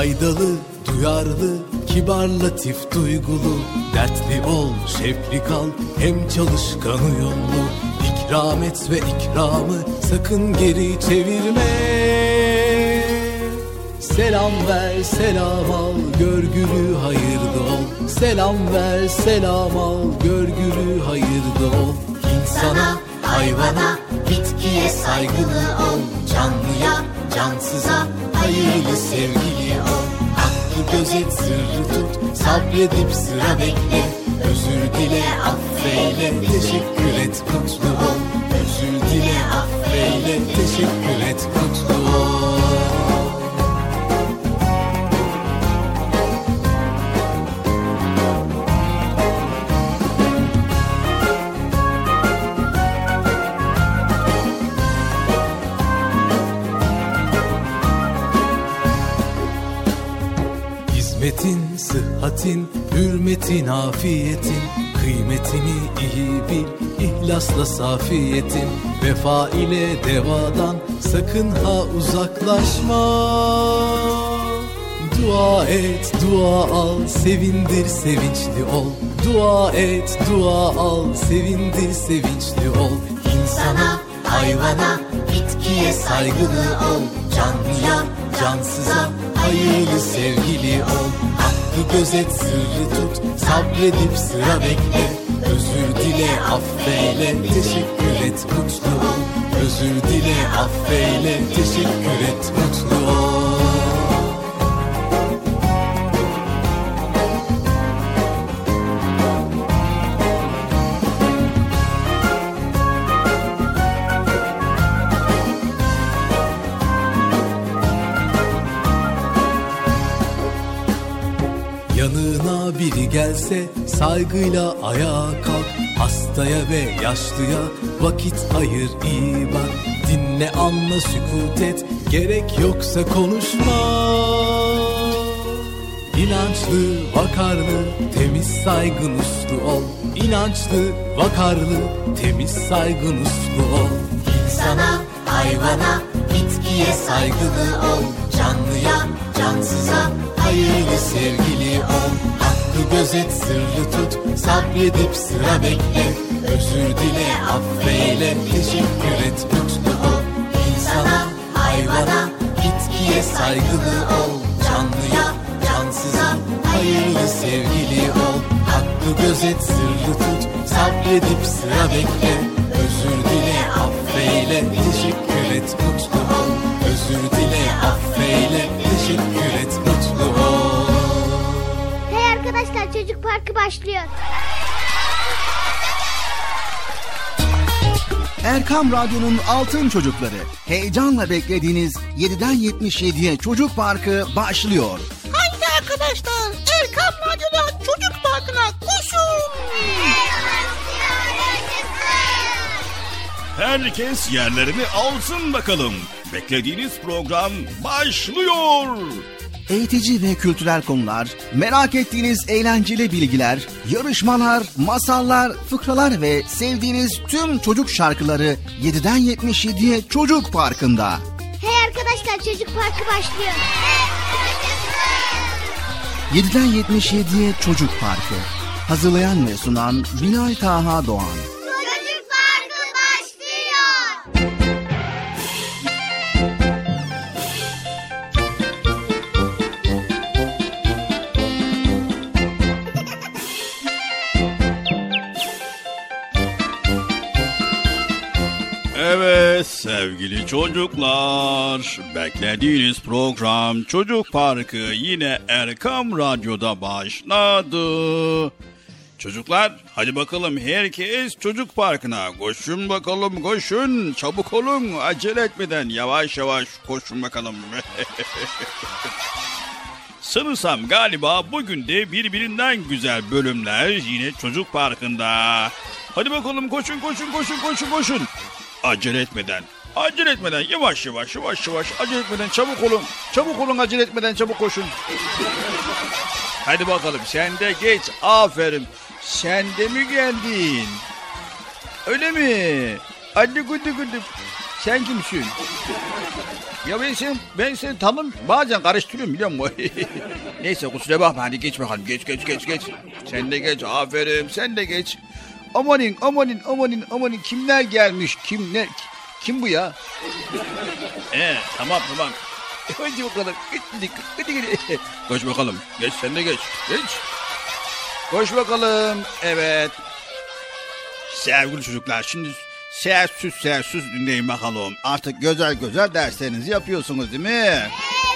Faydalı, duyarlı, kibar, latif, duygulu. Dertli ol, şevkli kal, hem çalışkan uyumlu. İkram et ve ikramı sakın geri çevirme. Selam ver, selam al, görgülü hayırlı ol. Selam ver, selam al, görgülü hayırlı ol. İnsana, hayvana, bitkiye saygılı ol. Canlıya, cansıza hayırlı sevgili ol. Hakkı gözet, sırrı tut, sabredip sıra bekle. Özür dile, affeyle, teşekkür et, mutlu ol. Özür dile, affeyle, teşekkür et, mutlu ol. Hizmetin, sıhhatin, hürmetin, afiyetin, kıymetini iyi bil, ihlasla safiyetin. Vefa ile devadan sakın ha uzaklaşma. Dua et, dua al, sevindir, sevinçli ol. Dua et, dua al, sevindir, sevinçli ol. İnsana, hayvana, bitkiye saygılı ol. Canlıya, cansıza hayırlı sevgili ol. Hakkı gözet, sırrı tut, sabredip sıra bekle. Özür dile, affeyle, teşekkür et, mutlu ol. Özür dile, affeyle, teşekkür et, mutlu ol. Yanına biri gelse saygıyla ayağa kalk. Hastaya ve yaşlıya vakit ayır, iyi bak. Dinle, anla, sükût et, gerek yoksa konuşma. İnançlı, vakarlı, temiz, saygın, uslu ol. İnançlı, vakarlı, temiz, saygın, uslu ol. İnsana, hayvana, bitkiye saygılı ol. Canlıya, cansıza hayırlı sevgili ol. Hakkı gözet, sırrı tut, sabredip sıra bekle. Özür dile, affeyle, teşekkür et, mutlu ol. İnsana, hayvana, bitkiye saygılı ol. Canlıya, cansıza hayırlı sevgili ol. Hakkı gözet, sırrı tut, sabredip sıra bekle. Özür dile, affeyle, teşekkür et, mutlu ol. Özür dile, affeyle, teşekkür et, mutlu ol. Hey arkadaşlar, Çocuk Parkı başlıyor. Erkam Radyo'nun Altın Çocukları. Heyecanla beklediğiniz 7'den 77'ye Çocuk Parkı başlıyor. Haydi arkadaşlar, Erkam Radyo'da Çocuk Parkı'na koşun. Herkes yerlerini alsın bakalım. Beklediğiniz program başlıyor. Eğitici ve kültürel konular, merak ettiğiniz eğlenceli bilgiler, yarışmalar, masallar, fıkralar ve sevdiğiniz tüm çocuk şarkıları 7'den 77'ye Çocuk Parkı'nda. Hey arkadaşlar, Çocuk Parkı başlıyor. 7'den 77'ye Çocuk Parkı. Hazırlayan ve sunan Binay Taha Doğan. Çocuk Parkı başlıyor. Evet sevgili çocuklar, beklediğiniz program Çocuk Parkı yine Erkam Radyo'da başladı. Çocuklar hadi bakalım, herkes Çocuk Parkı'na koşun bakalım, koşun, çabuk olun, acele etmeden yavaş yavaş koşun bakalım. Sanırsam galiba bugün de birbirinden güzel bölümler yine Çocuk Parkı'nda. Hadi bakalım, koşun koşun koşun koşun koşun. Acele etmeden, yavaş yavaş acele etmeden, çabuk olun, acele etmeden çabuk koşun. Hadi bakalım, sen de geç, aferin. Sen de mi geldin? Öyle mi? Hadi güdü. Sen kimsin? Ya ben seni bazen karıştırıyorum biliyor musun? Neyse kusura bakma hadi geç bakalım. Geç. Sen de geç, aferin sen de geç. Amanın kimler gelmiş? Kim bu ya? Tamam. Hadi bakalım. Hadi. Koş bakalım. Geç sen de geç. Koş bakalım. Evet. Sevgili çocuklar şimdi sessiz dinleyin bakalım. Artık güzel derslerinizi yapıyorsunuz değil mi? Evet.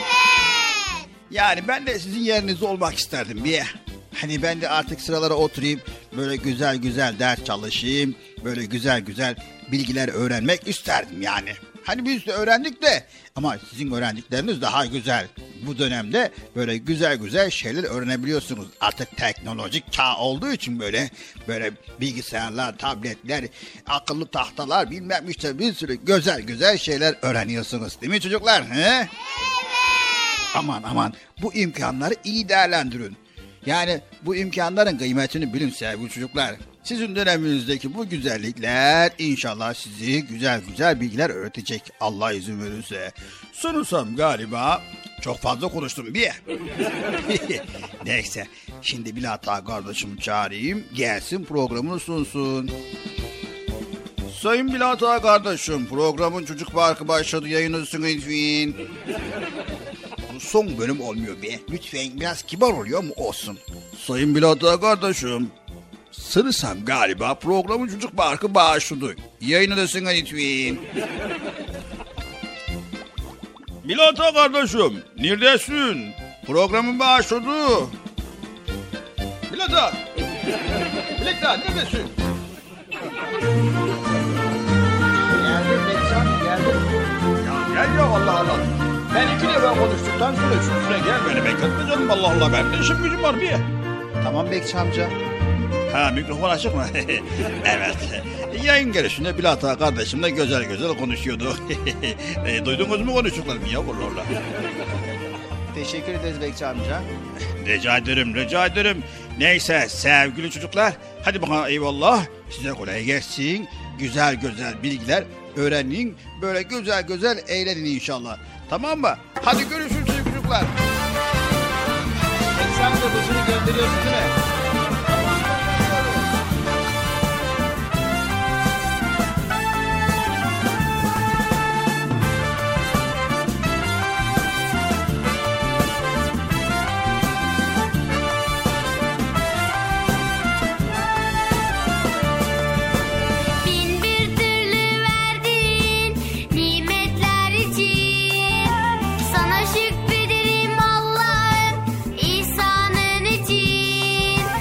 Yani ben de sizin yerinizde olmak isterdim bir. Hani ben de artık sıralara oturayım. Böyle güzel ders çalışayım. Böyle güzel bilgiler öğrenmek isterdim yani. Hani biz de öğrendik de ama sizin öğrendikleriniz daha güzel. Bu dönemde böyle güzel şeyler öğrenebiliyorsunuz. Artık teknolojik çağ olduğu için böyle bilgisayarlar, tabletler, akıllı tahtalar bilmem işte bir sürü güzel şeyler öğreniyorsunuz. Değil mi çocuklar? He? Evet. Aman bu imkanları iyi değerlendirin. Yani bu imkanların kıymetini bilin sevgili çocuklar. Sizin döneminizdeki bu güzellikler inşallah sizi güzel bilgiler öğretecek Allah izin verirse. Sanırsam galiba çok fazla konuştum bir. Neyse şimdi Bilata kardeşimi çağırayım gelsin programını sunsun. Sayın Bilata kardeşim programın Çocuk Parkı başladı yayınlısın lütfen. Son bölüm olmuyor be. Lütfen biraz kibar oluyor mu olsun. Sayın Bilata kardeşim. Sanırsam galiba programın Çocuk Parkı başladı. Yayınlısın lütfen. Bilata kardeşim. Neredesin? Programın başladı. Bilata neredesin? Geldim. Ya gel Allah. Ben 2 defa konuştuktan sonra üstüne gel beni bekletme canım Allah ben de işim gücüm var bir. Tamam Bekçi amca. Ha mikrofon açık mı? Evet. Yayın gelişinde Bilata kardeşimle güzel konuşuyordu. Duydunuz mu konuştuklarımı ya Allah. Teşekkür ederiz Bekçi amca. Rica ederim. Neyse sevgili çocuklar hadi bakalım eyvallah. Size kolay gelsin. Güzel bilgiler öğrenin. Böyle güzel eğlenin inşallah. Tamam mı? Hadi görüşürüz çocuklar. Sen de dışını gönderiyorsun değil mi? Sana şükrederim Allah'ım ihsanın için.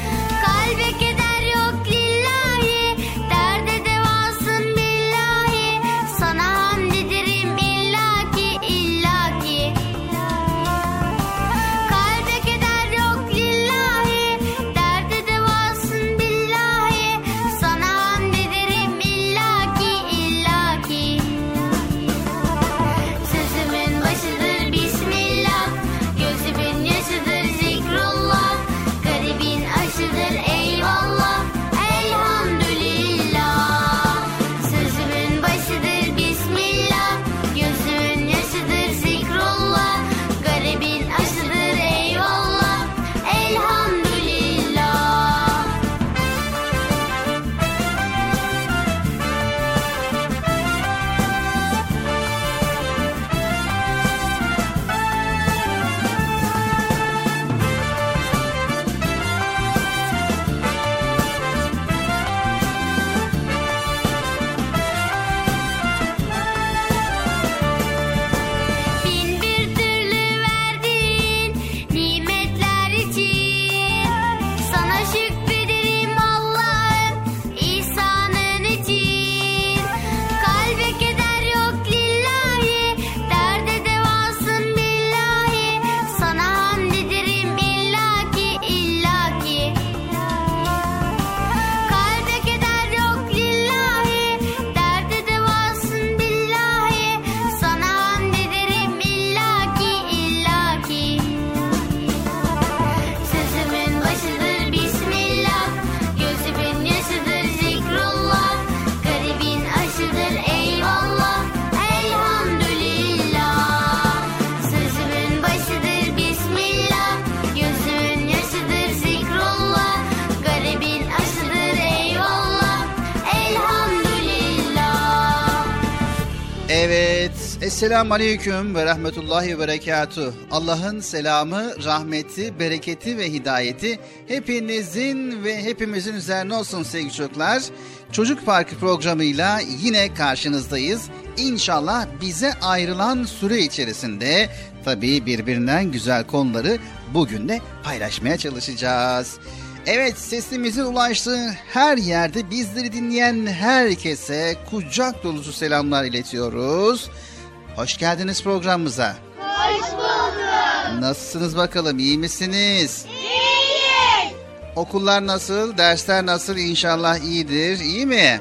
Evet, Esselamu Aleyküm ve Rahmetullahi ve Berekatuhu. Allah'ın selamı, rahmeti, bereketi ve hidayeti hepinizin ve hepimizin üzerine olsun sevgili çocuklar. Çocuk Parkı programıyla yine karşınızdayız. İnşallah bize ayrılan süre içerisinde tabii birbirinden güzel konuları bugün de paylaşmaya çalışacağız. Evet, sesimizin ulaştığı her yerde bizleri dinleyen herkese kucak dolusu selamlar iletiyoruz. Hoş geldiniz programımıza. Hoş bulduk. Nasılsınız bakalım, iyi misiniz? İyiyiz. Okullar nasıl, dersler nasıl? İnşallah iyidir, iyi mi? Evet.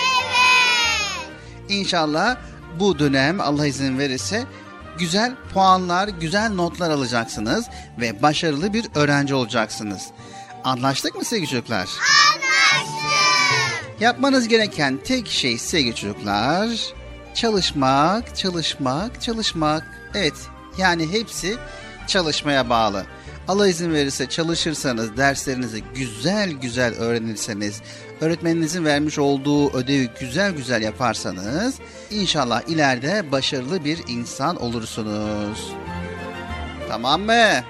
İnşallah bu dönem Allah izin verirse güzel puanlar, güzel notlar alacaksınız ve başarılı bir öğrenci olacaksınız. Anlaştık mı sevgili çocuklar? Anlaştık. Yapmanız gereken tek şey sevgili çocuklar, çalışmak, çalışmak, çalışmak. Evet, yani hepsi çalışmaya bağlı. Allah izin verirse çalışırsanız, derslerinizi güzel güzel öğrenirseniz, öğretmeninizin vermiş olduğu ödevi güzel güzel yaparsanız, İnşallah ileride başarılı bir insan olursunuz. Tamam mı?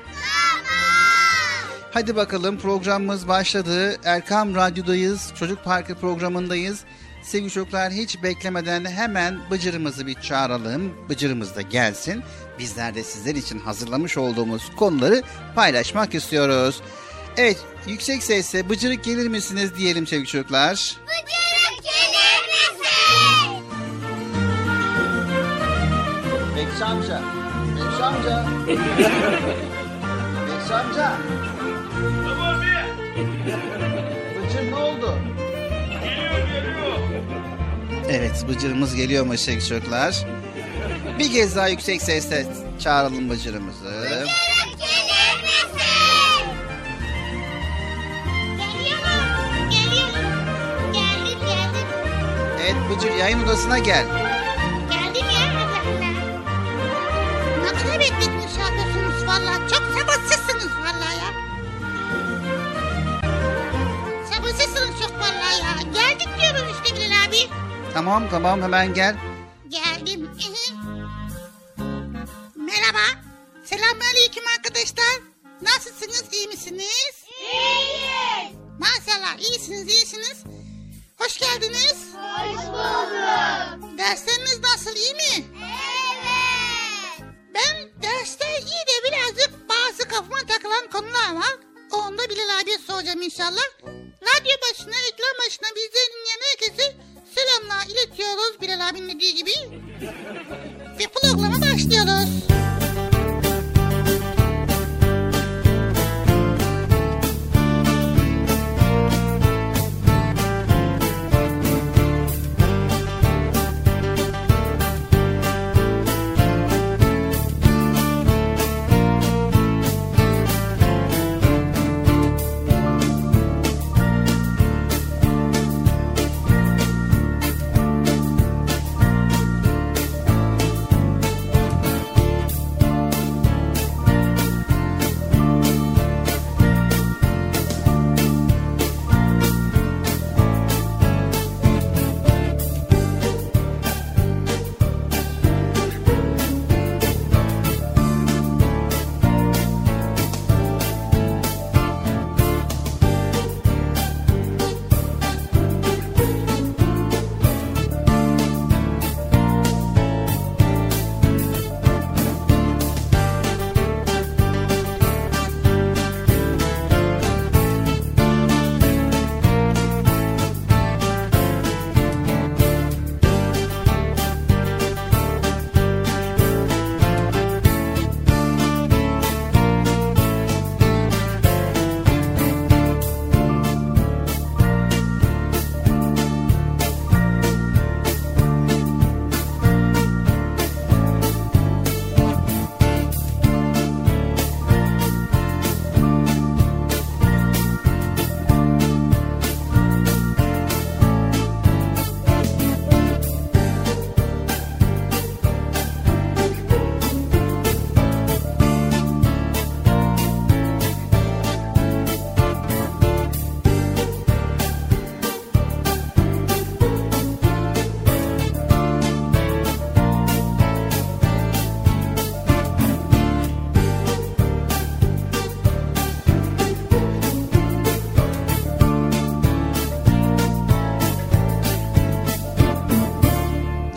Hadi bakalım, programımız başladı. Erkam Radyo'dayız. Çocuk Parkı programındayız. Sevgili çocuklar, hiç beklemeden hemen Bıcır'ımızı bir çağıralım. Bıcır'ımız da gelsin. Bizler de sizler için hazırlamış olduğumuz konuları paylaşmak istiyoruz. Evet, yüksek sesle Bıcırık gelir misiniz diyelim sevgili çocuklar. Bıcırık gelir misin? Bekçi amca. Bekçi amca. Bekçi amca. Tamam abi. Bıcır ne oldu? Geliyor. Evet, Bıcır'ımız geliyormuş sevgili çocuklar. Bir kez daha yüksek sesle çağıralım Bıcır'ımızı. Bıcırık gelir misin? Geliyorum. Geldim. Evet Bıcır, yayın odasına gel. Geldim ya. Ne kadar bekletmiş yapıyorsunuz valla. Çok sabırsızsınız valla ya. Sabırsızsınız çok valla ya. Geldik diyoruz işte Bilal abi. Tamam, hemen gel. Geldim. Merhaba. Selamünaleyküm arkadaşlar. Nasılsınız? İyi misiniz? İyiyiz. Maşallah iyisiniz. Hoş geldiniz. Hoş bulduk. Dersleriniz nasıl, iyi mi? Evet. Ben derste iyi de birazcık bazı kafama takılan konular var. Onu da Bilal abiye soracağım inşallah. Radyo başına, ekran başına bizleri dinleyen herkese selamlar iletiyoruz Bilal abinin dediği gibi. Ve programa başlıyoruz.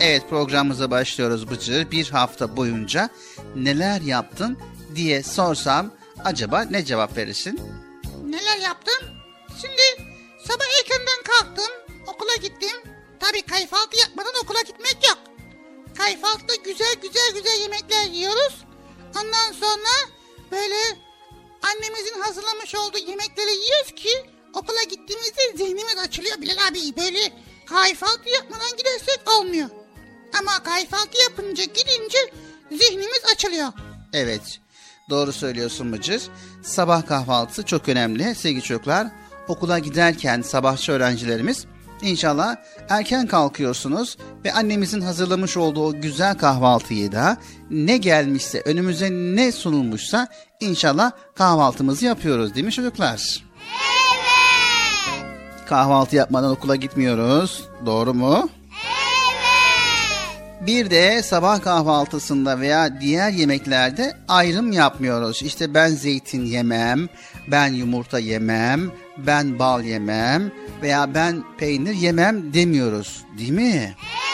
Evet, programımıza başlıyoruz Bıcır. Bir hafta boyunca neler yaptın diye sorsam acaba ne cevap verirsin? Neler yaptım? Şimdi sabah erkenden kalktım, okula gittim. Tabii kahvaltı yapmadan okula gitmek yok. Kahvaltıda güzel yemekler yiyoruz. Ondan sonra böyle annemizin hazırlamış olduğu yemekleri yiyoruz ki okula gittiğimizde zihnimiz açılıyor Bilal abi. Böyle kahvaltı yapmadan gidersek olmuyor. Ama kahvaltı yapınca gidince zihnimiz açılıyor. Evet, doğru söylüyorsun Bıcır. Sabah kahvaltısı çok önemli sevgili çocuklar. Okula giderken sabahçı öğrencilerimiz İnşallah erken kalkıyorsunuz ve annemizin hazırlamış olduğu o güzel kahvaltıyı da ne gelmişse, önümüze ne sunulmuşsa inşallah kahvaltımızı yapıyoruz değil mi çocuklar? Evet. Kahvaltı yapmadan okula gitmiyoruz. Doğru mu? Evet. Bir de sabah kahvaltısında veya diğer yemeklerde ayrım yapmıyoruz. İşte ben zeytin yemem, ben yumurta yemem, ben bal yemem veya ben peynir yemem demiyoruz, değil mi?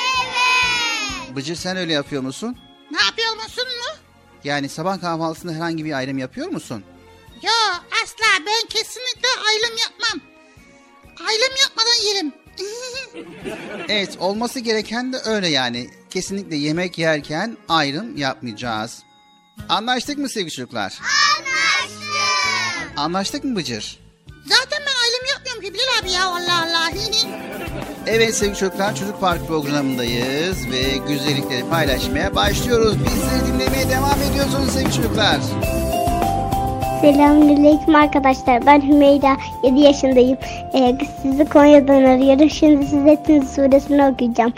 Evet. Bıcır, sen öyle yapıyor musun? Ne yapıyor musun mu? Yani sabah kahvaltısında herhangi bir ayrım yapıyor musun? Yo, asla, ben kesinlikle ayrım yapmam. Ayrım yapmadan yerim. Evet, olması gereken de öyle yani. Kesinlikle yemek yerken ayrım yapmayacağız. Anlaştık mı sevgili çocuklar? Anlaştık. Anlaştık mı Bıcır? Zaten ben ayrım yapmıyorum ki Bilal abi ya, Allah Allah. Evet sevgili çocuklar, Çocuk Park programındayız ve güzellikleri paylaşmaya başlıyoruz. Bizleri dinlemeye devam ediyorsunuz sevgili çocuklar. Selamünaleyküm arkadaşlar. Ben Hümeyra. 7 yaşındayım. Sizi Konya'dan arıyorum. Şimdi size Tin suresini okuyacağım.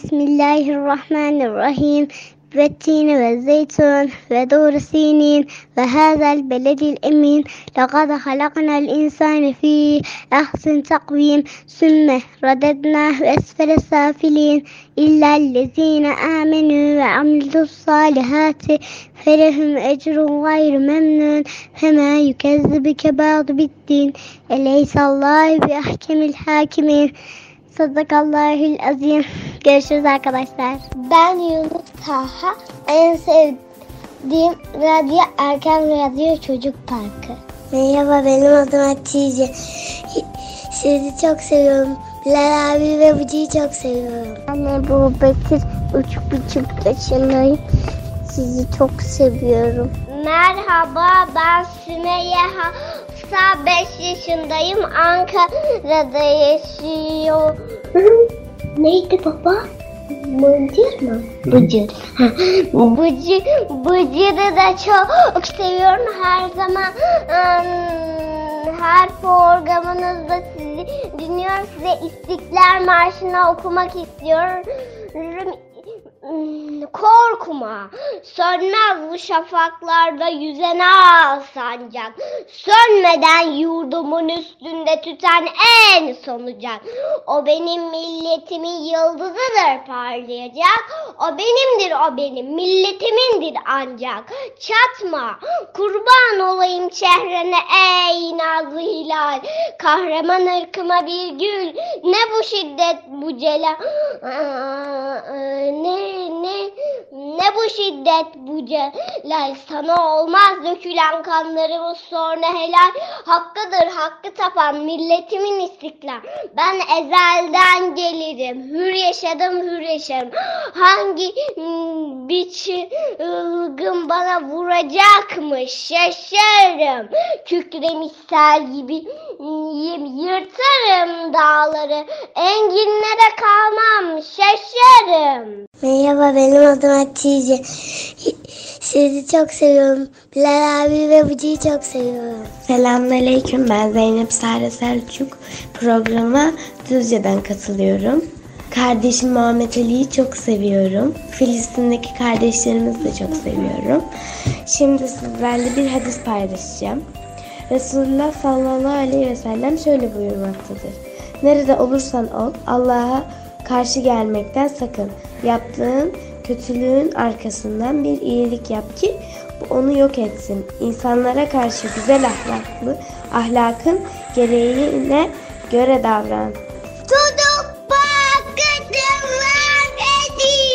Bismillahirrahmanirrahim. والتين والزيتون ودور سينين وهذا البلد الأمين لقد خلقنا الإنسان في أحسن تقويم ثم رددناه أسفل السافلين إلا الذين آمنوا وعملوا الصالحات فلهم أجر غير ممنون فما يكذبك بعد بالدين أليس الله بأحكم الحاكمين. Sadakallahül azim. Görüşürüz arkadaşlar. Ben Yunus Taha. En sevdiğim radyo Erken Radyo Çocuk Parkı. Merhaba, benim adım Hatice. Sizi çok seviyorum. Bilal abi ve Bıcı'yı çok seviyorum. Ben Ebu Bekir. 3,5 yaşındayım. Sizi çok seviyorum. Merhaba, ben Sümeyye. 5 yaşındayım. Ankara'da yaşıyorum. Neydi baba? Bıcır mı? Bıcır. Bıcır'ı da çok seviyorum. Her zaman her programınızda sizi dinliyorum. Size İstiklal Marşı'nı okumak istiyorum. Korkma, sönmez bu şafaklarda yüzen al sancak. Sönmeden yurdumun üstünde tüten en sonucak. O benim milletimin yıldızıdır parlayacak. O benimdir, o benim milletimindir ancak. Çatma, kurban olayım çehrene ey nazlı hilal. Kahraman ırkıma bir gül, ne bu şiddet bu celal. Ne bu şiddet bu celal, sana olmaz dökülen kanlarımız sonra helal. Hakkıdır hakkı tapan milletimin istiklal. Ben ezelden gelirim, hür yaşadım hür yaşarım. Hangi bir çılgın bana vuracakmış şaşarım. Kükremiş sel gibi yırtarım dağları, enginlere kalmam şaşarım. Merhaba, benim adım Hatice. Sizi çok seviyorum. Bilal abi ve Bıcı'yı çok seviyorum. Selamünaleyküm, ben Zeynep Sare Selçuk. Programa Düzce'den katılıyorum. Kardeşim Muhammed Ali'yi çok seviyorum. Filistin'deki kardeşlerimizi de çok seviyorum. Şimdi sizlerle bir hadis paylaşacağım. Resulullah sallallahu aleyhi ve sellem şöyle buyurmaktadır. Nerede olursan ol, Allah'a karşı gelmekten sakın. Yaptığın kötülüğün arkasından bir iyilik yap ki bu onu yok etsin. İnsanlara karşı güzel ahlakın gereğine göre davran. Çocuk Parkı devam ediyor.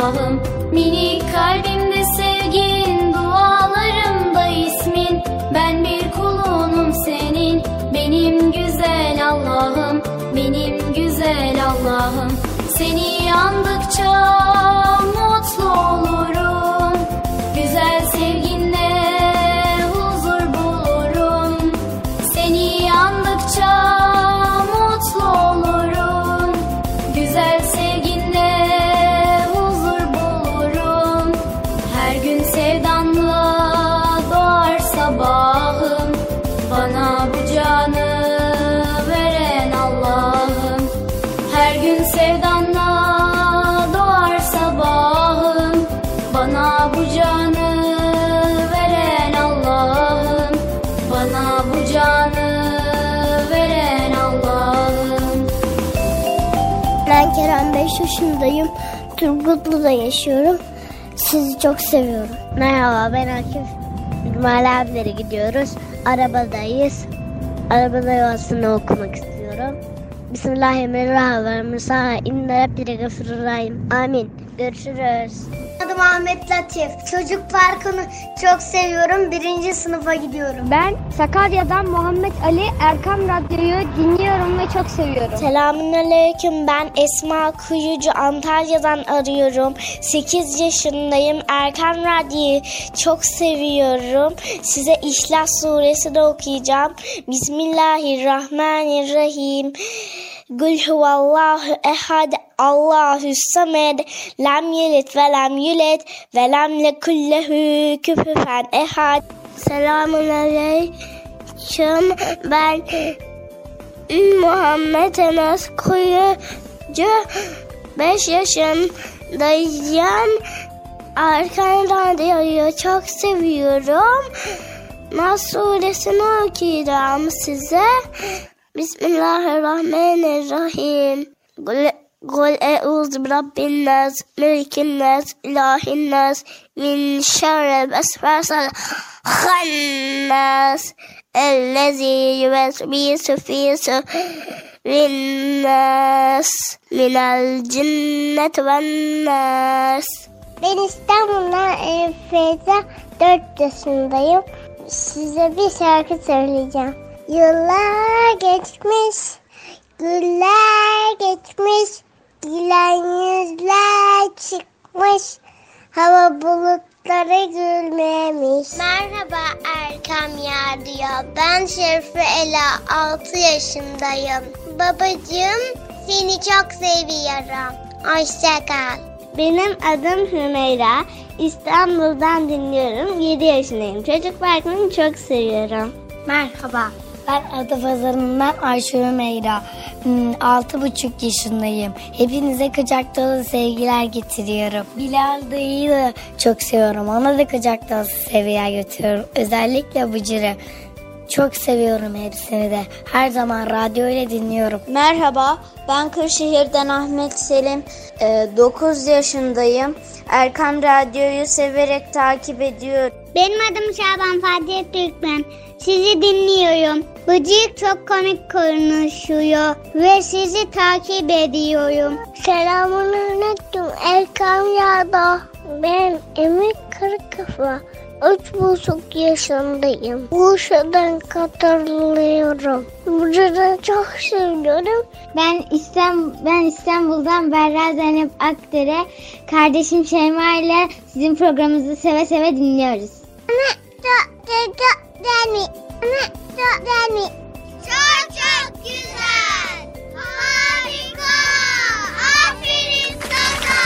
Allah'ım. Minik kalbimde sevgin, dualarımda ismin. Ben bir kulunum senin, benim güzel Allah'ım, benim güzel Allah'ım. Seni andıkça mutlu olurum, güzel sevginle huzur bulurum. Seni andıkça mutlu olurum, güzel sevginle huzur bulurum. Her gün sevdanla doğar sabahım, bana bu canı veren Allah'ım. Her gün sevdanla doğar sabahım, bana bu canı veren Allah'ım, bana bu canı veren Allah'ım. Ben Kerem, 5 yaşındayım. Turgutlu'da yaşıyorum. Sizi çok seviyorum. Merhaba, ben Akif. Cumali abilere gidiyoruz. Arabadayız. Arabada yuvasını okumak istiyorum. Bismillahirrahmanirrahim. İnne Rabbine gafururrahim. Amin. Görüşürüz. Adım Ahmet Latif. Çocuk Parkı'nı çok seviyorum. 1. sınıfa gidiyorum. Ben Sakarya'dan Muhammed Ali, Erkam Radyo'yu dinliyorum ve çok seviyorum. Selamünaleyküm. Ben Esma Kuyucu, Antalya'dan arıyorum. 8 yaşındayım. Erkam Radyo'yu çok seviyorum. Size İhlas Suresini okuyacağım. Bismillahirrahmanirrahim. Kul huvallahu ehad, Allahus samed, lem yelit ve lem yulet ve lem lekullehu küfüfen ehad. Selamünaleyküm. Ben Muhammed Enes Kuyucu, 5 yaşındayım. Erkan Radyo'yu çok seviyorum. Nas Suresini okuyacağım size. Bismillahirrahmanirrahim. Kul eûzü birabbin nas, melikin nas, ilahin nas, min şerril vesvesel hannas, ellezî yüvesvisu fî sudurin nas, minel cinneti ven nas. Ben İstanbul'dan Efe'de 4 yaşındayım. Size bir şarkı söyleyeceğim. Yıllar geçmiş, güller geçmiş, gülen yüzler çıkmış, hava bulutları gülmemiş. Merhaba Erkam Radyo, ben Şerife Ela, 6 yaşındayım. Babacığım, seni çok seviyorum. Hoşça kal. Benim adım Hümeyra, İstanbul'dan dinliyorum, 7 yaşındayım. Çocuk Parkı'nı çok seviyorum. Merhaba. Ben Adapazarı'ndan Ayşe Hümeyra, 6,5 yaşındayım. Hepinize kucak dolu sevgiler getiriyorum. Bilal dayıyı da çok seviyorum. Ona da kucak dolu sevgiler götürüyorum. Özellikle Bıcır'ı. Çok seviyorum hepsini de. Her zaman radyo ile dinliyorum. Merhaba, ben Kırşehir'den Ahmet Selim, 9 yaşındayım. Erkam Radyo'yu severek takip ediyorum. Benim adım Şaban Fatih Türkmen. Sizi dinliyorum. Bıcık çok komik konuşuyor ve sizi takip ediyorum. Selamünaleyküm Erkam Radyo. Ben Emir Kırıkafa. 3,5 yaşındayım. Bursa'dan katılıyorum. Bursa'dan çok seviyorum. Ben İstanbul'dan Berra Zeynep Akdere. Kardeşim Şeyma ile sizin programınızı seve seve dinliyoruz. Çok güzel. Harika. Aferin sana.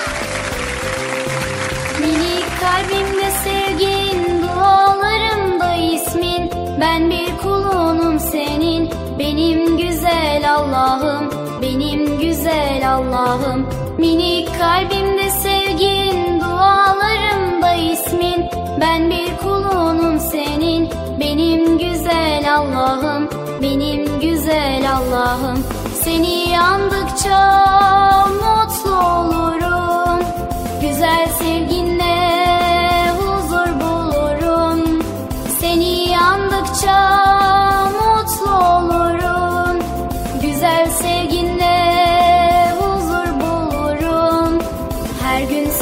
Minik kalbimde sevgin, dualarımda ismin. Ben bir kulunum senin, benim güzel Allah'ım, benim güzel Allah'ım. Minik kalbimde sevgin, dualarımda ismin. Ben bir kulunum senin, benim güzel Allah'ım, benim güzel Allah'ım. Seni andıkça mutlu olurum, güzel sevginle huzur bulurum. Seni andıkça mutlu olurum, güzel sevginle huzur bulurum. Her gün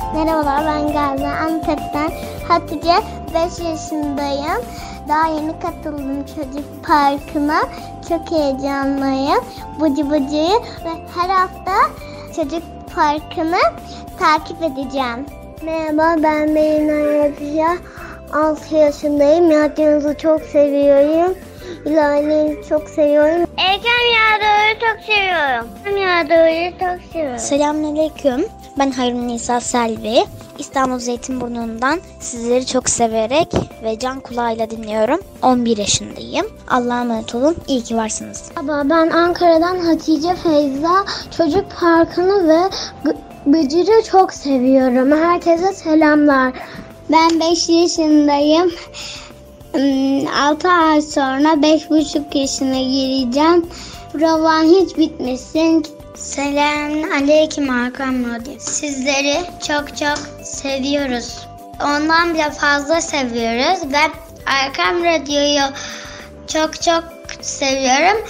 Merhabalar, ben Gaziantep'ten Hatice, 5 yaşındayım. Daha yeni katıldım çocuk parkına. Çok heyecanlıyım. Bıcı Bıcı'yı ve her hafta çocuk parkını takip edeceğim. Merhaba, ben Melina Yapıya. 6 yaşındayım. Radyonuzu çok seviyorum. İlahi'yi çok seviyorum. Erken Yağdır'ı çok seviyorum. Yağdır'ı çok seviyorum. Selamünaleyküm. Ben Hayrun Nisa Selvi. İstanbul Zeytinburnu'ndan sizleri çok severek ve can kulağıyla dinliyorum. 11 yaşındayım. Allah'a emanet olun. İyi ki varsınız. Merhaba, ben Ankara'dan Hatice Feyza. Çocuk parkını ve Bıcır'ı çok seviyorum. Herkese selamlar. Ben 5 yaşındayım. 6 ay sonra 5,5 yaşına gireceğim. Provan hiç bitmesin. Selamünaleyküm Erkam Radyo. Sizleri çok çok seviyoruz. Ondan bile fazla seviyoruz ve Erkam Radyo'yu çok çok seviyorum.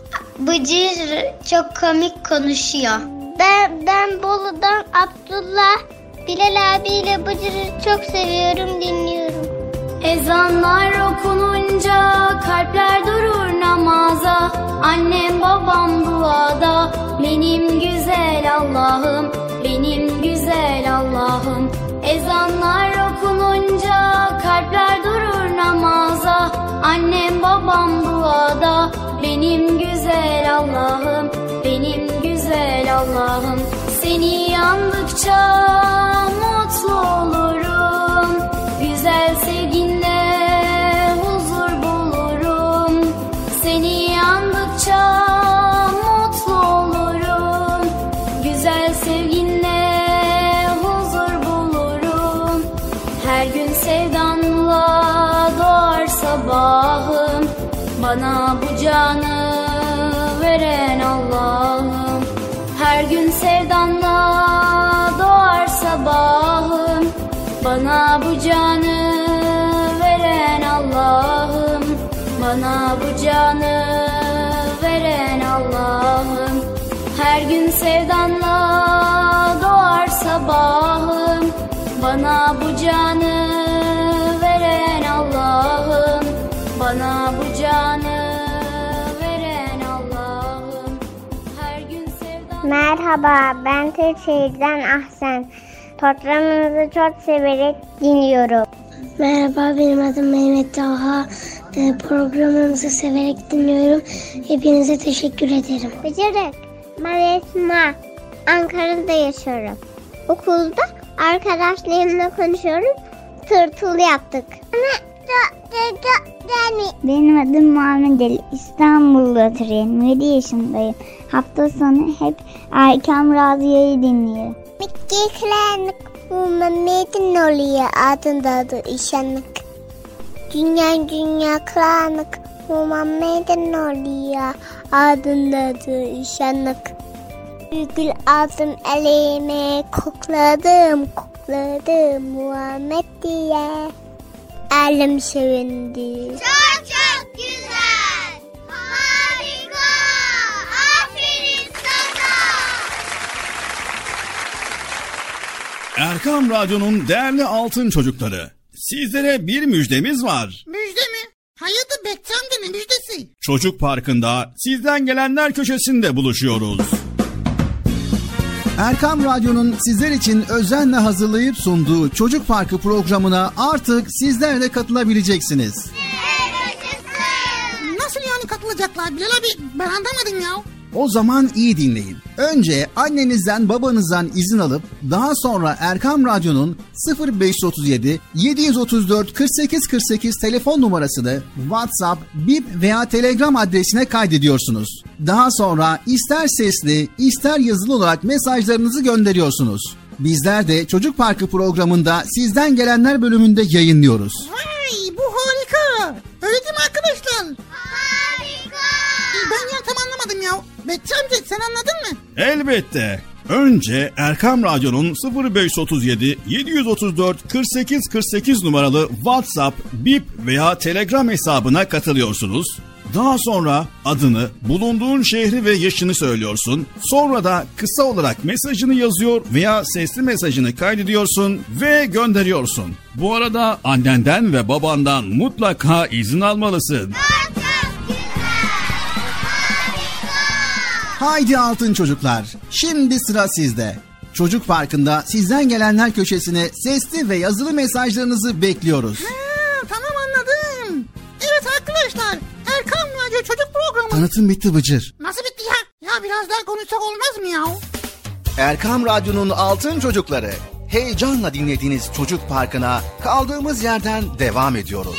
Bıcır çok komik konuşuyor. Ben Bolu'dan Abdullah. Bilal abiyle Bıcır'ı çok seviyorum, dinliyorum. Ezanlar okununca kalpler durur namaza. Annem babam duada. Benim güzel Allah'ım, benim güzel Allah'ım. Ezanlar okununca kalpler durur namaza. Annem babam duada. Benim güzel Allah'ım, benim güzel Allah'ım. Seni yandıkça mutlu olurum. Güzel sevginle huzur bulurum. Seni yandıkça mutlu olurum. Güzel sevginle huzur bulurum. Her gün sevdanla doğar sabahım. Bana bu canı veren Allah'ım. Her gün sevdanla doğar sabahım. Bana bu canı veren Allah'ım. Bana bu canı veren Allah'ım. Her gün sevdanla doğar sabahım. Bana bu canı veren Allah'ım. Bana bu canı veren Allah'ım. Her gün sevdanla... Merhaba, ben Türkçe'den Ahsen. Programınızı çok severek dinliyorum. Merhaba, benim adım Mehmet Talha. Programınızı severek dinliyorum. Hepinize teşekkür ederim. Bıcırık, ben Esma. Ankara'da yaşıyorum. Okulda arkadaşlarımla konuşuyorum. Tırtıl yaptık. Benim adım Muhammed Ali. İstanbul'da oturuyorum. 7 yaşındayım. Hafta sonu hep Erkam Radyo'yu dinliyorum. Mikrofonluk Muhammed'in oluyor adında adı işanlık. Dünya klanık Muhammed'in oluyor adında adı işanlık. Gül aldım elime kokladım Muhammed diye. Elim sevindi. Çok güzel. Harika. Aferin sana. Erkam Radyo'nun değerli altın çocukları. Sizlere bir müjdemiz var. Müjde mi? Hayırdır Bekçi amca, ne müjdesi? Çocuk Parkı'nda sizden gelenler köşesinde buluşuyoruz. Erkam Radyo'nun sizler için özenle hazırlayıp sunduğu Çocuk Parkı programına artık sizler de katılabileceksiniz. Nasıl yani katılacaklar Bilal abi? Ben anlamadım ya. O zaman iyi dinleyin. Önce annenizden babanızdan izin alıp daha sonra Erkam Radyo'nun 0537 734 48 48 telefon numarasını WhatsApp, Bip veya Telegram adresine kaydediyorsunuz. Daha sonra ister sesli ister yazılı olarak mesajlarınızı gönderiyorsunuz. Bizler de Çocuk Parkı programında sizden gelenler bölümünde yayınlıyoruz. Vay, bu harika. Öyle değil mi arkadaşlar? Harika. Ben ya tam anlamadım ya. Bekçi amca sen anladın mı? Elbette. Önce Erkam Radyo'nun 0537 734 48 48 numaralı WhatsApp, Bip veya Telegram hesabına katılıyorsunuz. Daha sonra adını, bulunduğun şehri ve yaşını söylüyorsun. Sonra da kısa olarak mesajını yazıyor veya sesli mesajını kaydediyorsun ve gönderiyorsun. Bu arada annenden ve babandan mutlaka izin almalısın. Haydi altın çocuklar, şimdi sıra sizde. Çocuk Parkı'nda sizden gelenler köşesine sesli ve yazılı mesajlarınızı bekliyoruz. Tamam, anladım. Evet arkadaşlar, Erkam Radyo Çocuk Programı. Tanıtım bitti Bıcır. Nasıl bitti ya? Ya biraz daha konuşsak olmaz mı ya? Erkam Radyo'nun altın çocukları. Heyecanla dinlediğiniz Çocuk Parkı'na kaldığımız yerden devam ediyoruz.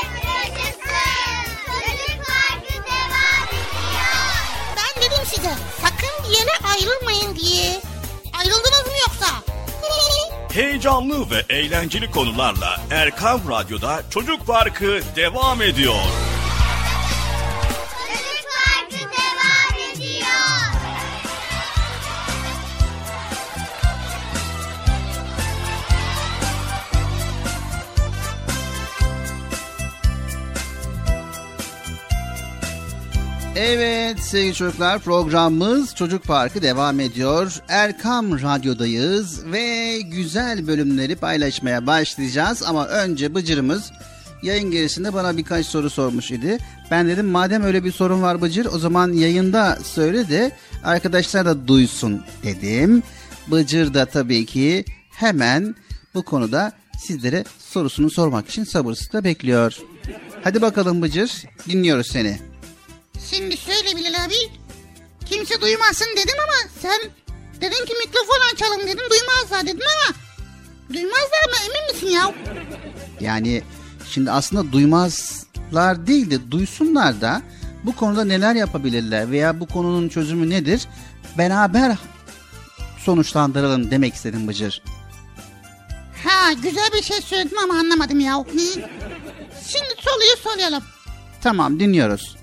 Ben dedim size, sakın bir yere ayrılmayın diye. Ayrıldınız mı yoksa? Heyecanlı ve eğlenceli konularla Erkam Radyo'da Çocuk Parkı devam ediyor. Çocuk Parkı devam ediyor. Evet sevgili çocuklar, programımız Çocuk Parkı devam ediyor. Erkam Radyo'dayız ve güzel bölümleri paylaşmaya başlayacağız. Ama önce Bıcır'ımız yayın gerisinde bana birkaç soru sormuş idi. Ben dedim madem öyle bir sorun var Bıcır, o zaman yayında söyle de arkadaşlar da duysun dedim. Bıcır da tabii ki hemen bu konuda sizlere sorusunu sormak için sabırsızlıkla bekliyor. Hadi bakalım Bıcır, dinliyoruz seni. Şimdi söyle Bilal abi. Kimse duymasın dedim ama sen dedin ki mikrofon açalım dedim, duymazlar dedin ama duymazlar mı, emin misin ya? Yani şimdi aslında duymazlar değil de duysunlar da bu konuda neler yapabilirler veya bu konunun çözümü nedir? Beraber sonuçlandıralım demek istedim Bıcır. Ha, güzel bir şey söyledin ama anlamadım ya. Şimdi soruyu soralım. Tamam, dinliyoruz.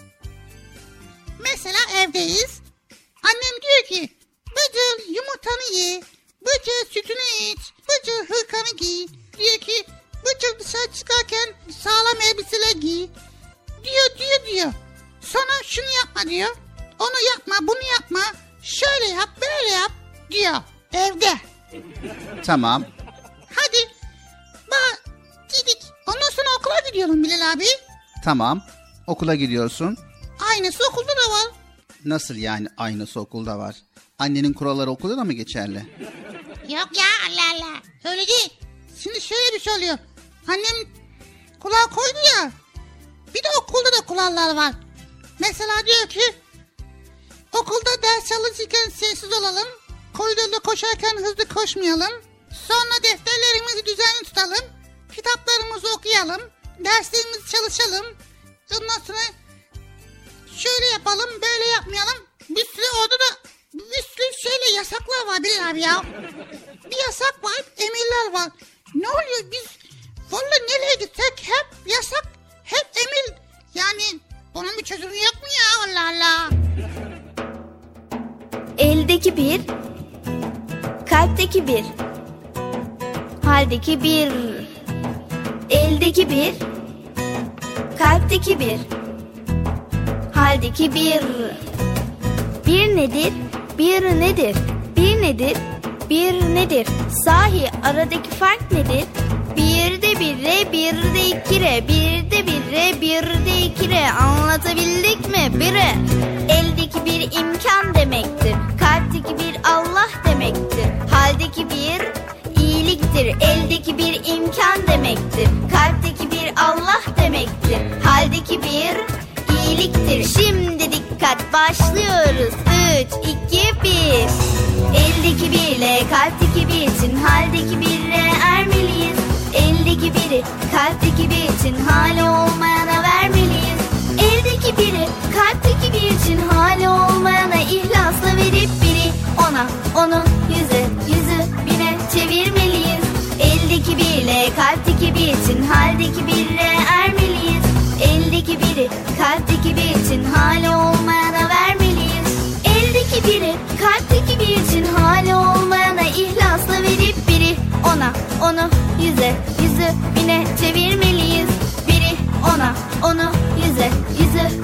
Mesela evdeyiz. Annem diyor ki Bıcır yumurtanı ye, Bıcır sütünü iç, Bıcır hırkanı giy. Diyor ki Bıcır dışarı çıkarken sağlam elbiseler giy. Diyor. Sonra şunu yapma diyor. Onu yapma, bunu yapma. Şöyle yap, böyle yap diyor evde. Tamam. Hadi dedik. Ondan sonra okula gidiyorum Bilal abi. Tamam. Okula gidiyorsun. Aynısı okulda da var. Nasıl yani aynısı okulda var? Annenin kuralları okulda da mı geçerli? Yok ya, Allah Allah. Öyle değil. Şimdi şöyle bir şey oluyor. Annem kulağı koydu ya. Bir de okulda da kurallar var. Mesela diyor ki okulda ders çalışırken sessiz olalım. Koridorda koşarken hızlı koşmayalım. Sonra defterlerimizi düzenli tutalım. Kitaplarımızı okuyalım. Derslerimizi çalışalım. Ondan sonra şöyle yapalım, böyle yapmayalım. Bir sürü orada da bir sürü şeyle yasaklar var Bilal abi ya. Bir yasak var, emirler var. Ne oluyor biz? Vallahi nereye gitsek hep yasak, hep emir. Yani bunun bir çözümü yok mu ya? Allah Allah. Eldeki bir, kalpteki bir, haldeki bir. Eldeki bir, kalpteki bir, haldeki bir. Bir nedir? Bir nedir? Bir nedir? Bir nedir? Sahi aradaki fark nedir? Bir de bire, bir de ikire, bir de bire, bir de ikire. Anlatabildik mi? Bire. Eldeki bir imkan demektir. Kalpteki bir Allah demektir. Haldeki bir iyiliktir. Eldeki bir imkan demektir. Kalpteki bir Allah demektir. Haldeki bir iyiliktir. Şimdi dikkat, başlıyoruz. 3, 2, 1. Eldeki birle kalpteki bir için haldeki birle ermeliyiz. Eldeki biri kalpteki bir için hali olmayana vermeliyiz. Eldeki biri kalpteki bir için hali olmayana ihlasla verip biri ona, onu yüzü bine çevirmeliyiz. Eldeki birle kalpteki bir için haldeki birle ermeliyiz. Eldeki biri kalpteki bir için hali olmayana vermeliyiz. Eldeki biri kalpteki bir için hali olmayana ihlasla verip biri ona, onu yüzü bine çevirmeliyiz. Biri ona, onu yüzü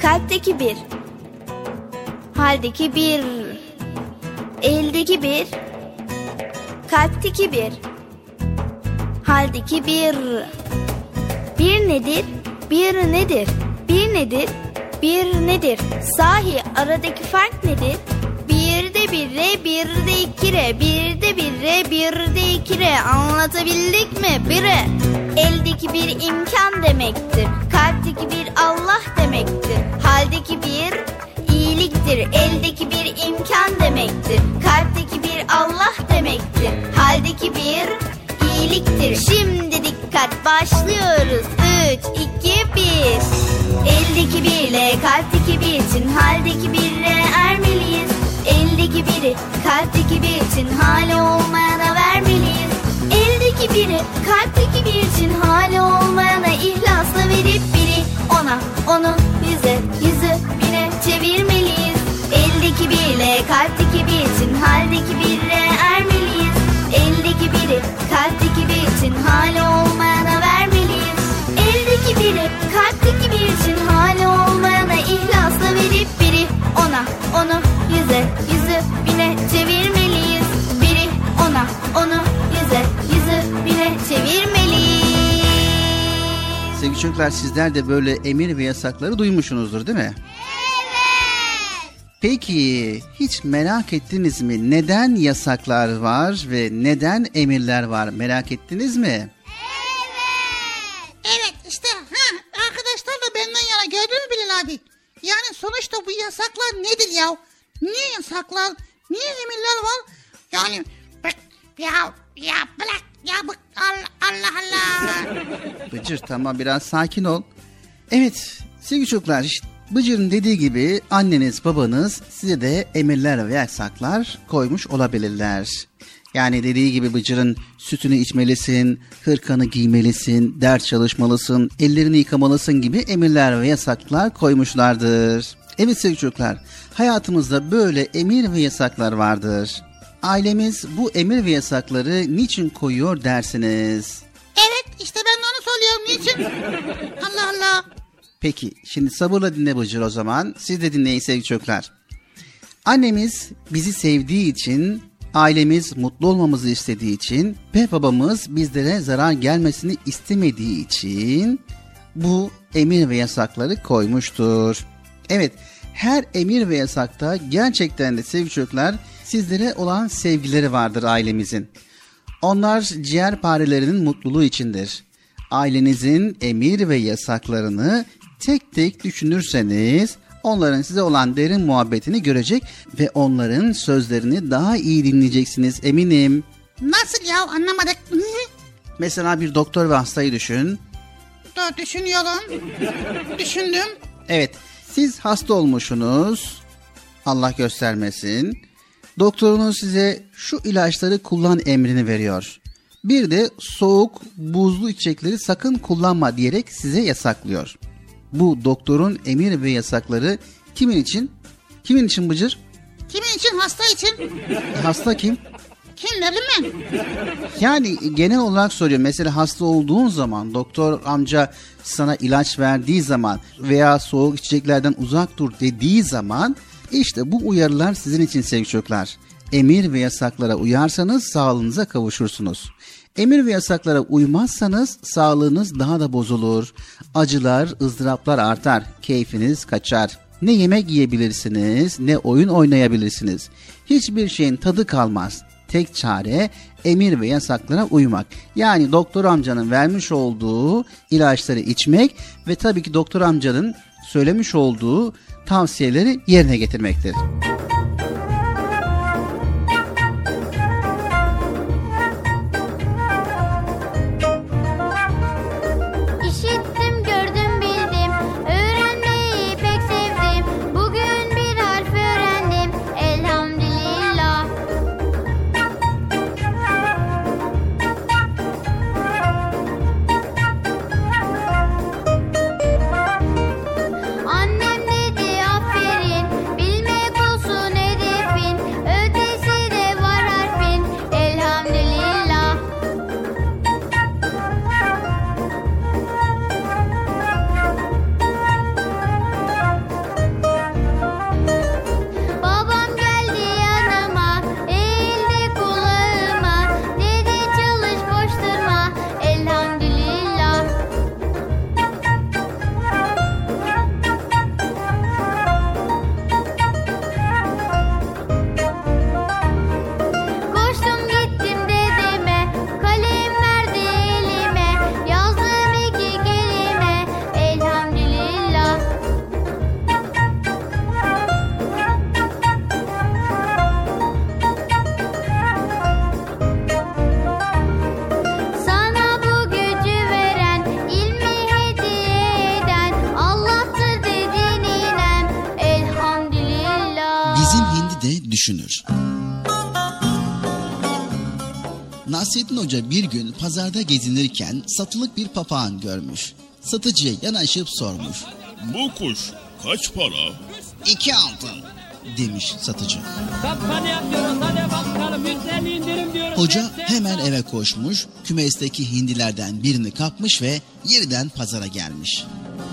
kalpteki bir, haldeki bir, eldeki bir, kalpteki bir, haldeki bir. Bir nedir, bir nedir, bir nedir, bir nedir? Sahi aradaki fark nedir? Bir de bir re, bir de iki re, bir de bir re, bir de iki re. Anlatabildik mi? Bire. Eldeki bir imkan demektir. Kalpteki bir Allah demektir. Haldeki bir iyiliktir. Eldeki bir imkan demektir. Kalpteki bir Allah demektir. Haldeki bir iyiliktir. Şimdi dikkat, başlıyoruz. 3, 2, 1. Eldeki birle kalpteki bir için haldeki birle ermeliyiz. Eldeki biri kalpteki bir için hali olmayana vermeliyiz. Eldeki biri kalpteki bir için hali olmayana ihlasla verip biri ona, onu yüze, yüzü bine çevirmeliyiz. Eldeki birle kalpteki bir için haldeki birle ermeliyiz. Eldeki biri kalpteki bir için hali olmayana vermeliyiz. Eldeki biri kalpteki bir için hali olmayana ihlasla verip biri ona, onu yüze, yüzü bine çevirmeliyiz. Biri ona, onu yüze, yüzü bine çevirmeliyiz. Sevgili çocuklar, sizler de böyle emir ve yasakları duymuşsunuzdur değil mi? Evet. Peki hiç merak ettiniz mi? Neden yasaklar var ve neden emirler var? Merak ettiniz mi? Evet işte arkadaşlar da benden yana, gördün mü Bilal abi? Yani sonuçta bu yasaklar nedir ya? Niye yasaklar? Niye emirler var? Yani ya bırak ya bak, Allah Allah. Bıcır, tamam, biraz sakin ol. Evet sevgili çocuklar, işte Bıcır'ın dediği gibi anneniz babanız size de emirler ve yasaklar koymuş olabilirler. Yani dediği gibi Bıcır'ın sütünü içmelisin, hırkanı giymelisin, ders çalışmalısın, ellerini yıkamalısın gibi emirler ve yasaklar koymuşlardır. Evet sevgili çocuklar, hayatımızda böyle emir ve yasaklar vardır. Ailemiz bu emir ve yasakları niçin koyuyor dersiniz? Evet işte ben de onu soruyorum, niçin? Allah Allah. Peki şimdi sabırla dinle Bıcır o zaman. Siz de dinleyin sevgili çocuklar. Annemiz bizi sevdiği için, ailemiz mutlu olmamızı istediği için ve babamız bizlere zarar gelmesini istemediği için bu emir ve yasakları koymuştur. Evet, her emir ve yasakta gerçekten de sevgili çocuklar sizlere olan sevgileri vardır ailemizin. Onlar ciğerparelerinin mutluluğu içindir. Ailenizin emir ve yasaklarını tek tek düşünürseniz onların size olan derin muhabbetini görecek ve onların sözlerini daha iyi dinleyeceksiniz eminim. Nasıl ya, anlamadık. Mesela bir doktor ve hastayı düşün. Dur düşünüyorum. Düşündüm. Evet, siz hasta olmuşsunuz. Allah göstermesin. Doktorunuz size şu ilaçları kullan emrini veriyor. Bir de soğuk, buzlu içecekleri sakın kullanma diyerek size yasaklıyor. Bu doktorun emir ve yasakları kimin için? Kimin için Bıcır? Kimin için? Hasta için. Hasta kim? Kim, ne bileyim ben? Yani genel olarak soruyorum. Mesela hasta olduğun zaman doktor amca sana ilaç verdiği zaman veya soğuk içeceklerden uzak dur dediği zaman işte bu uyarılar sizin için sevgili çocuklar. Emir ve yasaklara uyarsanız sağlığınıza kavuşursunuz. Emir ve yasaklara uymazsanız sağlığınız daha da bozulur. Acılar, ızdıraplar artar, keyfiniz kaçar. Ne yemek yiyebilirsiniz, ne oyun oynayabilirsiniz. Hiçbir şeyin tadı kalmaz. Tek çare emir ve yasaklara uymak. Yani doktor amcanın vermiş olduğu ilaçları içmek ve tabii ki doktor amcanın söylemiş olduğu tavsiyeleri yerine getirmektir. Annem dedi aferin, bilmek olsun. düşünür. Nasrettin Hoca bir gün pazarda gezinirken satılık bir papağan görmüş. Satıcıya yanaşıp sormuş. Bu kuş kaç para? 2 altın demiş satıcı. Hoca hemen eve koşmuş, kümesteki hindilerden birini kapmış ve yeniden pazara gelmiş.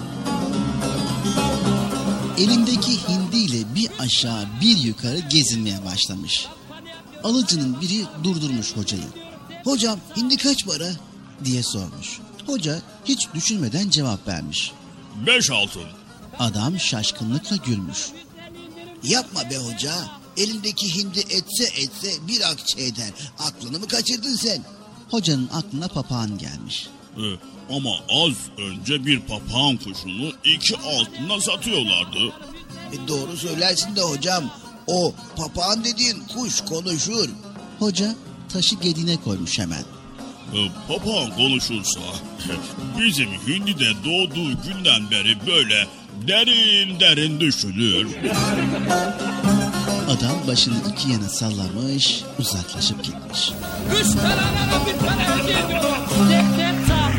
Elindeki hindiyle bir aşağı bir yukarı gezinmeye başlamış. Alıcının biri durdurmuş hocayı. "Hocam, hindi kaç para?" diye sormuş. Hoca hiç düşünmeden cevap vermiş. 5 altın. Adam şaşkınlıkla gülmüş. "Yapma be hoca, elindeki hindi etse bir akçe eder. Aklını mı kaçırdın sen?" Hocanın aklına papağan gelmiş. Ama az önce bir papağan kuşunu 2 altına satıyorlardı. Doğru söylersin de hocam, o papağan dediğin kuş konuşur. Hoca taşı gediğine koymuş hemen. Papağan konuşursa bizim hindide doğduğu günden beri böyle derin düşünür. Adam başını iki yana sallamış, uzaklaşıp gitmiş. 3 tane bir tane hediye ediyorum. Zep sap.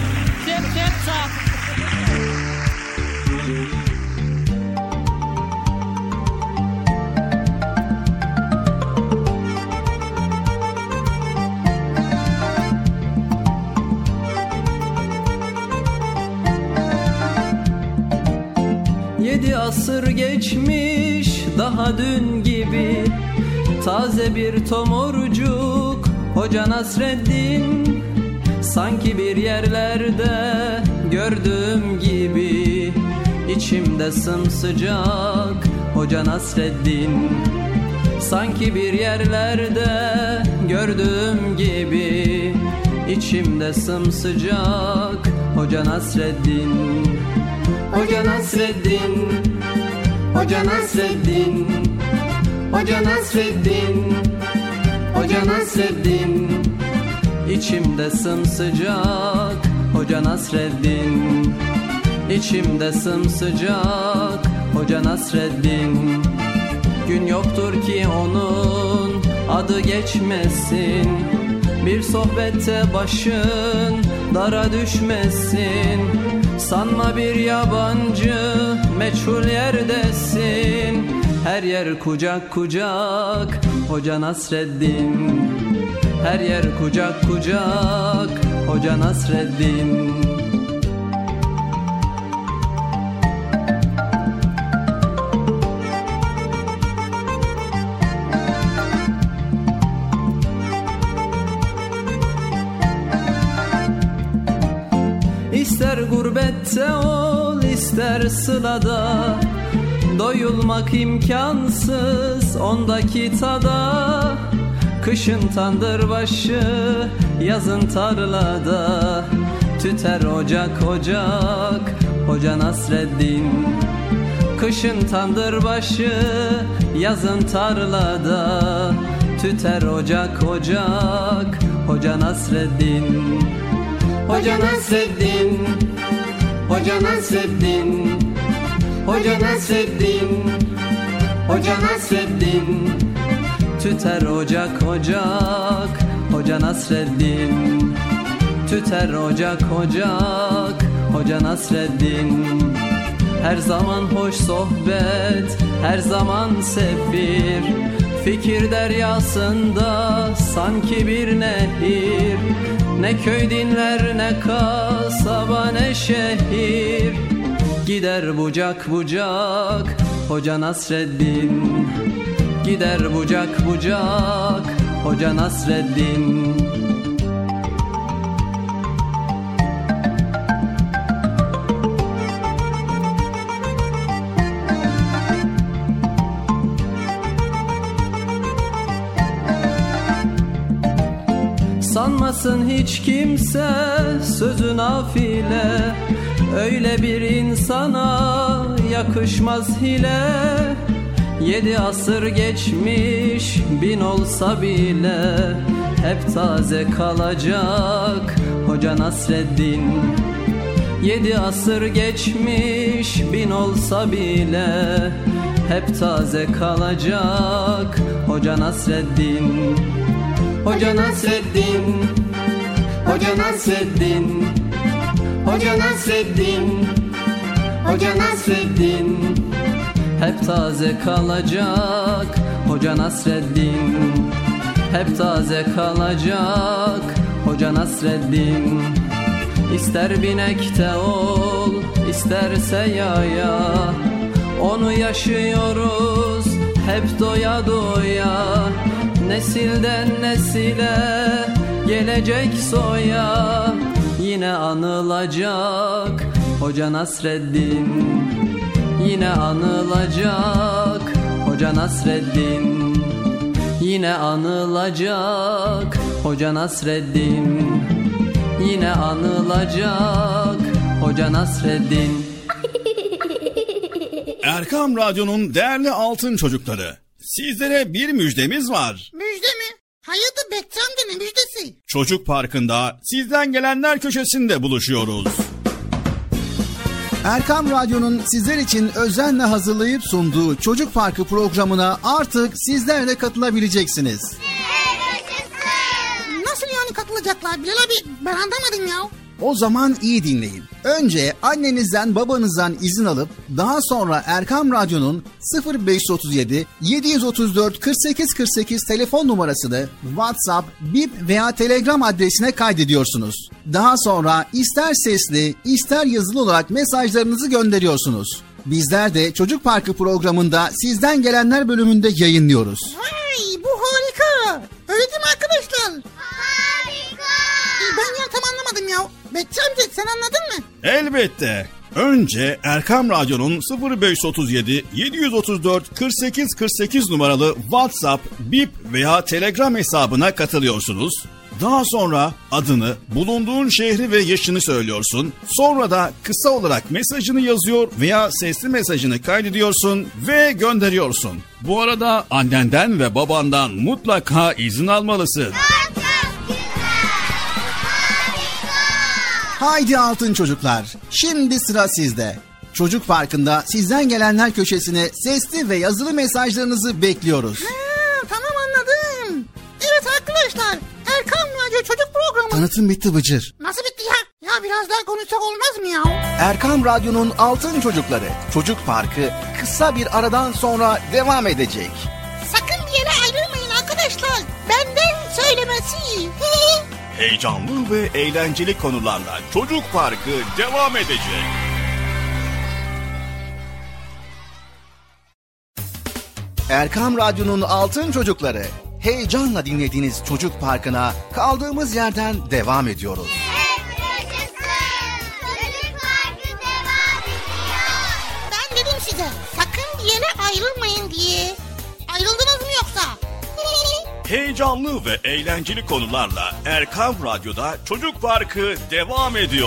7 asır geçmiş daha dün gibi, taze bir tomurcuk Hoca Nasreddin. Sanki bir yerlerde gördüğüm gibi, içimde sımsıcak Hoca Nasreddin. Sanki bir yerlerde gördüğüm gibi, içimde sımsıcak Hoca Nasreddin. Hoca Nasreddin, Hoca Nasreddin, Hoca Nasreddin, Hoca Nasreddin. İçimde sımsıcak Hoca Nasreddin. İçimde sımsıcak Hoca Nasreddin. Gün yoktur ki onun adı geçmesin, bir sohbette başın dara düşmesin. Sanma bir yabancı meçhul yerdesin, her yer kucak kucak Hoca Nasreddin. Her yer kucak kucak Hoca Nasreddin. İster gurbette ol, ister sılada, doyulmak imkansız ondaki tada. Kışın tandırbaşı, yazın tarlada, tüter ocak ocak Hoca Nasreddin. Kışın tandırbaşı, yazın tarlada, tüter ocak ocak Hoca Nasreddin. Hoca Nasreddin, Hoca Nasreddin, Hoca Nasreddin, Hoca Nasreddin. Tüter ocak ocak Hoca Nasreddin. Tüter ocak ocak Hoca Nasreddin. Her zaman hoş sohbet, her zaman sefir, fikir deryasında sanki bir nehir. Ne köy dinler, ne kasaba, ne şehir, gider bucak bucak Hoca Nasreddin. Gider bucak bucak Hoca Nasreddin. Sanmasın hiç kimse sözü nafile, öyle bir insana yakışmaz hile. 7 asır geçmiş 1000 olsa bile, hep taze kalacak Hoca Nasreddin. 7 asır geçmiş 1000 olsa bile, hep taze kalacak. Hoca Nasreddin, Hoca Nasreddin, Hoca Nasreddin, Hoca Nasreddin, Hoca Nasreddin, hep taze kalacak. Hoca Nasreddin, hep taze kalacak. Hoca Nasreddin, İster binekte ol, isterse yaya, onu yaşıyoruz hep doya doya. Nesilden nesile gelecek soya, yine anılacak Hoca Nasreddin, yine anılacak Hoca Nasreddin, yine anılacak Hoca Nasreddin, yine anılacak Hoca Nasreddin. Erkam Radyo'nun değerli altın çocukları, sizlere bir müjdemiz var. Müjde mi? Hayırdır Bekçi amca, ne müjdesi? Çocuk Parkı'nda sizden gelenler köşesinde buluşuyoruz. Erkam Radyo'nun sizler için özenle hazırlayıp sunduğu Çocuk Parkı programına artık sizler de katılabileceksiniz. Nasıl yani katılacaklar Bilal abi? Ben anlamadım ya. O zaman iyi dinleyin. Önce annenizden babanızdan izin alıp daha sonra Erkam Radyo'nun 0537 734 48 48 telefon numarasını WhatsApp, Bip veya Telegram adresine kaydediyorsunuz. Daha sonra ister sesli ister yazılı olarak mesajlarınızı gönderiyorsunuz. Bizler de Çocuk Parkı programında sizden gelenler bölümünde yayınlıyoruz. Vay, bu harika. Öyle değil mi arkadaşlar? Harika. Ben ya tam anlamadım ya. Bekçi amca sen anladın mı? Elbette. Önce Erkam Radyo'nun 0537 734 48 48 numaralı WhatsApp, Bip veya Telegram hesabına katılıyorsunuz. Daha sonra adını, bulunduğun şehri ve yaşını söylüyorsun. Sonra da kısa olarak mesajını yazıyor veya sesli mesajını kaydediyorsun ve gönderiyorsun. Bu arada annenden ve babandan mutlaka izin almalısın. Haydi altın çocuklar, şimdi sıra sizde. Çocuk Parkı'nda sizden gelenler köşesine sesli ve yazılı mesajlarınızı bekliyoruz. Tamam anladım. Evet arkadaşlar, Erkam Radyo Çocuk Programı. Tanıtım bitti Bıcır. Nasıl bitti ya? Ya biraz daha konuşsak olmaz mı ya? Erkam Radyo'nun altın çocukları Çocuk Parkı kısa bir aradan sonra devam edecek. Sakın bir yere ayrılmayın arkadaşlar. Benden söylemesi. Heyecanlı ve eğlenceli konularla Çocuk Parkı devam edecek. Erkam Radyo'nun altın çocukları, heyecanla dinlediğiniz Çocuk Parkı'na kaldığımız yerden devam ediyoruz. Ben dedim size sakın bir yere ayrılmayın diye. Ayrıldınız mı yoksa? Heyecanlı ve eğlenceli konularla Erkam Radyo'da Çocuk Parkı devam ediyor.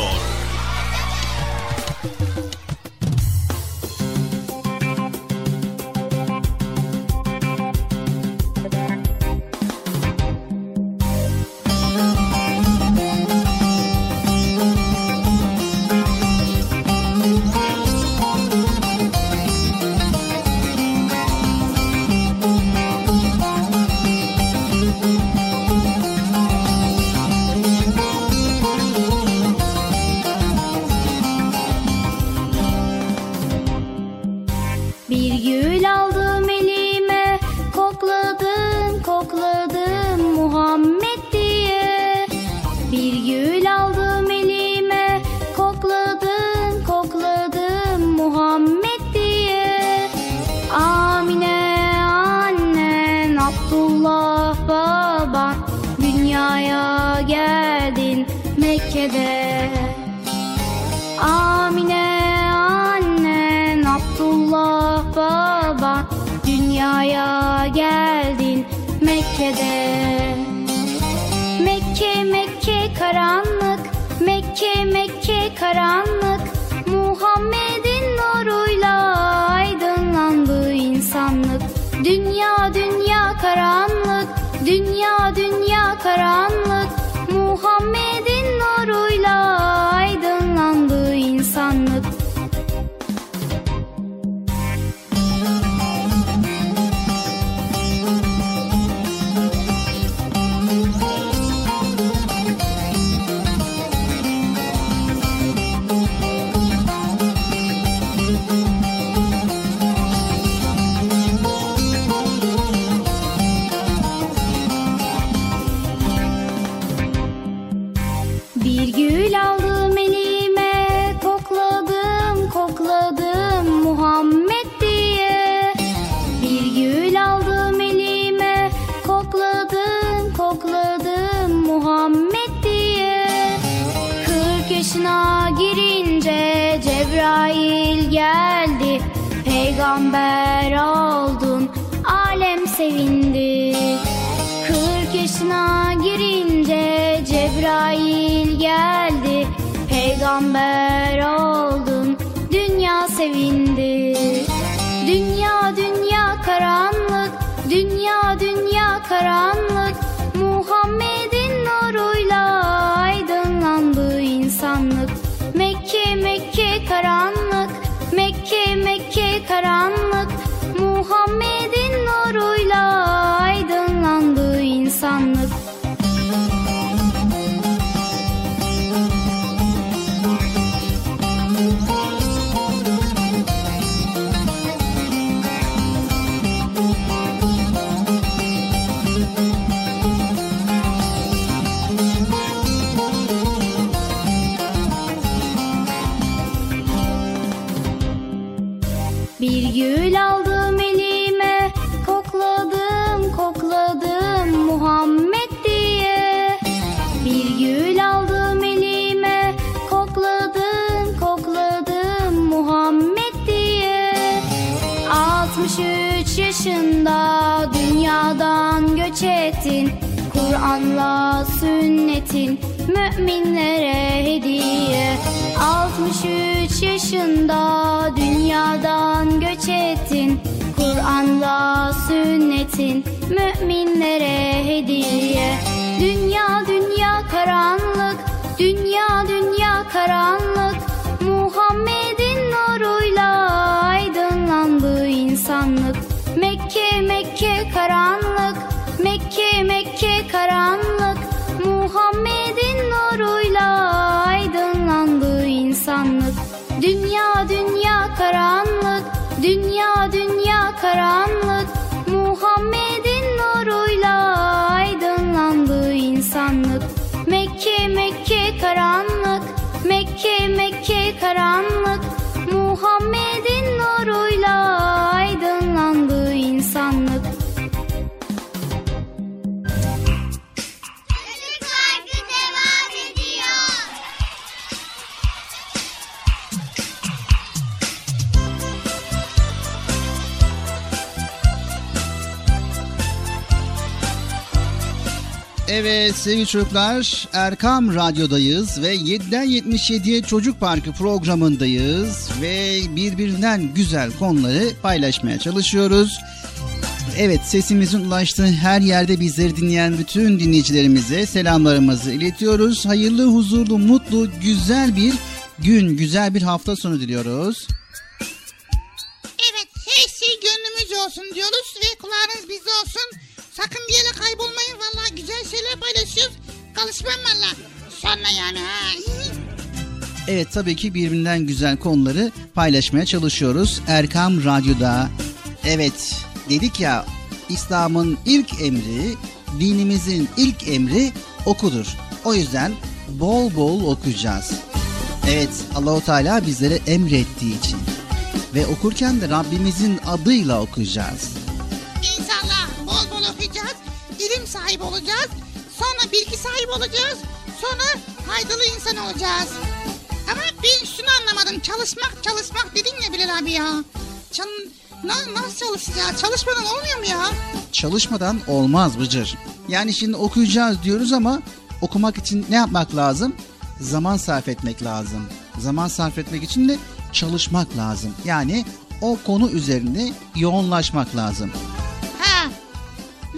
Amine annen Abdullah baba dünyaya geldin Mekke'de. Mekke Mekke karanlık, Mekke Mekke karanlık, Muhammed'in nuruyla aydınlandı insanlık. Dünya dünya karanlık, dünya dünya karanlık, Muhammed'in nuruyla aydınlandı insanlık. peygamber oldun, alem sevindi. 40 yaşına girince Cebrail geldi, peygamber oldun, dünya sevindi. Dünya dünya karanlık, dünya dünya karanlık, Muhammed'in nuruyla aydınlandı insanlık. Mekke Mekke karanlık, Mekke Mekke karanlık, Muhammed'in nuruyla aydınlandı insanlık. Bir gül aldım elime, kokladım kokladım Muhammed diye. Bir gül aldım elime, kokladım kokladım Muhammed diye. 63 yaşında dünyadan göç ettin, Kur'an'la sünnetin müminlere hediye. 63 yaşında dünyadan göç ettin, Kur'an'la sünnetin müminlere hediye. Dünya dünya karanlık, dünya dünya karanlık, Muhammed'in nuruyla aydınlandı insanlık. Mekke Mekke karanlık, Mekke Mekke karanlık, Muhammed'in nuruyla aydınlandı insanlık. Dünya dünya karanlık, dünya dünya karanlık, Muhammed'in nuruyla aydınlandı insanlık. Mekke Mekke karanlık, Mekke Mekke karanlık, Muhammed'in nuruyla aydınlandı insanlık. Evet sevgili çocuklar, Erkam Radyo'dayız ve 7'den 77'ye Çocuk Parkı programındayız ve birbirinden güzel konuları paylaşmaya çalışıyoruz. Evet, sesimizin ulaştığı her yerde bizleri dinleyen bütün dinleyicilerimize selamlarımızı iletiyoruz. Hayırlı, huzurlu, mutlu, güzel bir gün, güzel bir hafta sonu diliyoruz. Evet, her şey gönlümüz olsun diyoruz ve kulağınız bizde olsun. Sakın bir yere kaybolmayın, vallahi güzel şeyler paylaşıyoruz. Kalışmam valla. Sonra yani ha. Evet, tabii ki birbirinden güzel konuları paylaşmaya çalışıyoruz Erkam Radyo'da. Evet, dedik ya, İslam'ın ilk emri, dinimizin ilk emri okudur. O yüzden bol bol okuyacağız. Evet, Allah-u Teala bizlere emrettiği için. Ve okurken de Rabbimizin adıyla okuyacağız. İnşallah bol bol okuyacağız, ilim sahibi olacağız, sonra bilgi sahibi olacağız, sonra faydalı insan olacağız. Ama ben şunu anlamadım, çalışmak dedin ya Bilal abi ya. Nasıl çalışacağız? Çalışmadan olmuyor mu ya? Çalışmadan olmaz Bıcır. Yani şimdi okuyacağız diyoruz ama okumak için ne yapmak lazım? Zaman sarf etmek lazım. Zaman sarf etmek için de çalışmak lazım. Yani o konu üzerinde yoğunlaşmak lazım. Ha? Ne?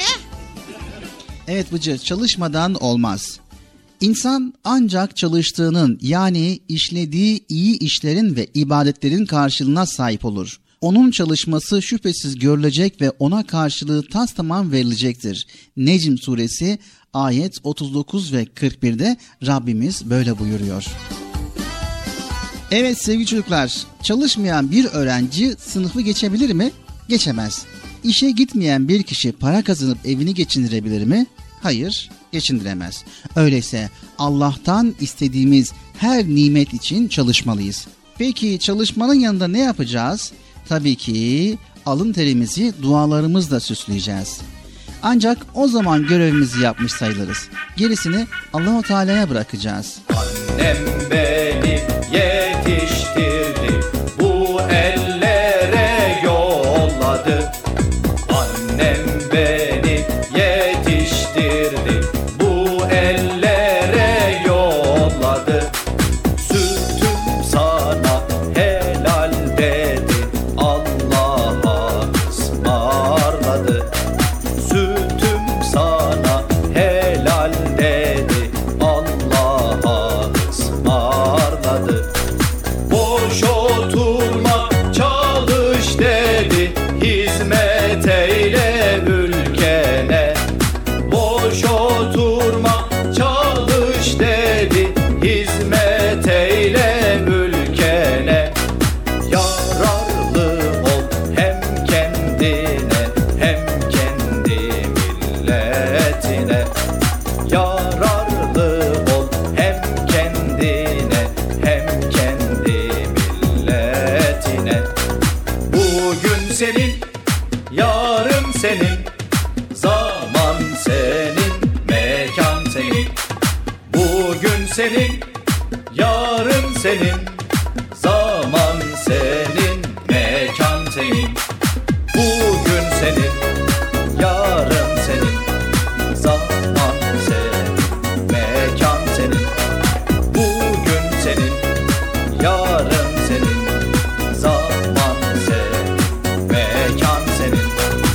Evet Bıcır, çalışmadan olmaz. İnsan ancak çalıştığının, yani işlediği iyi işlerin ve ibadetlerin karşılığına sahip olur. Onun çalışması şüphesiz görülecek ve ona karşılığı tastamam verilecektir. Necm suresi ayet 39 ve 41'de Rabbimiz böyle buyuruyor. Evet sevgili çocuklar, çalışmayan bir öğrenci sınıfı geçebilir mi? Geçemez. İşe gitmeyen bir kişi para kazanıp evini geçindirebilir mi? Hayır, geçindiremez. Öyleyse Allah'tan istediğimiz her nimet için çalışmalıyız. Peki çalışmanın yanında ne yapacağız? Tabii ki alın terimizi dualarımızla süsleyeceğiz. Ancak o zaman görevimizi yapmış sayılırız. Gerisini Allah-u Teala'ya bırakacağız. Annem beni yetiştirdi, bu ellere senin, yarın senin, zaman senin, mekan senin. Bugün senin, yarın senin, zaman senin, mekan senin. Bugün senin, yarın senin, zaman senin, mekan senin. Bugün senin, yarın senin, zaman senin, mekan senin.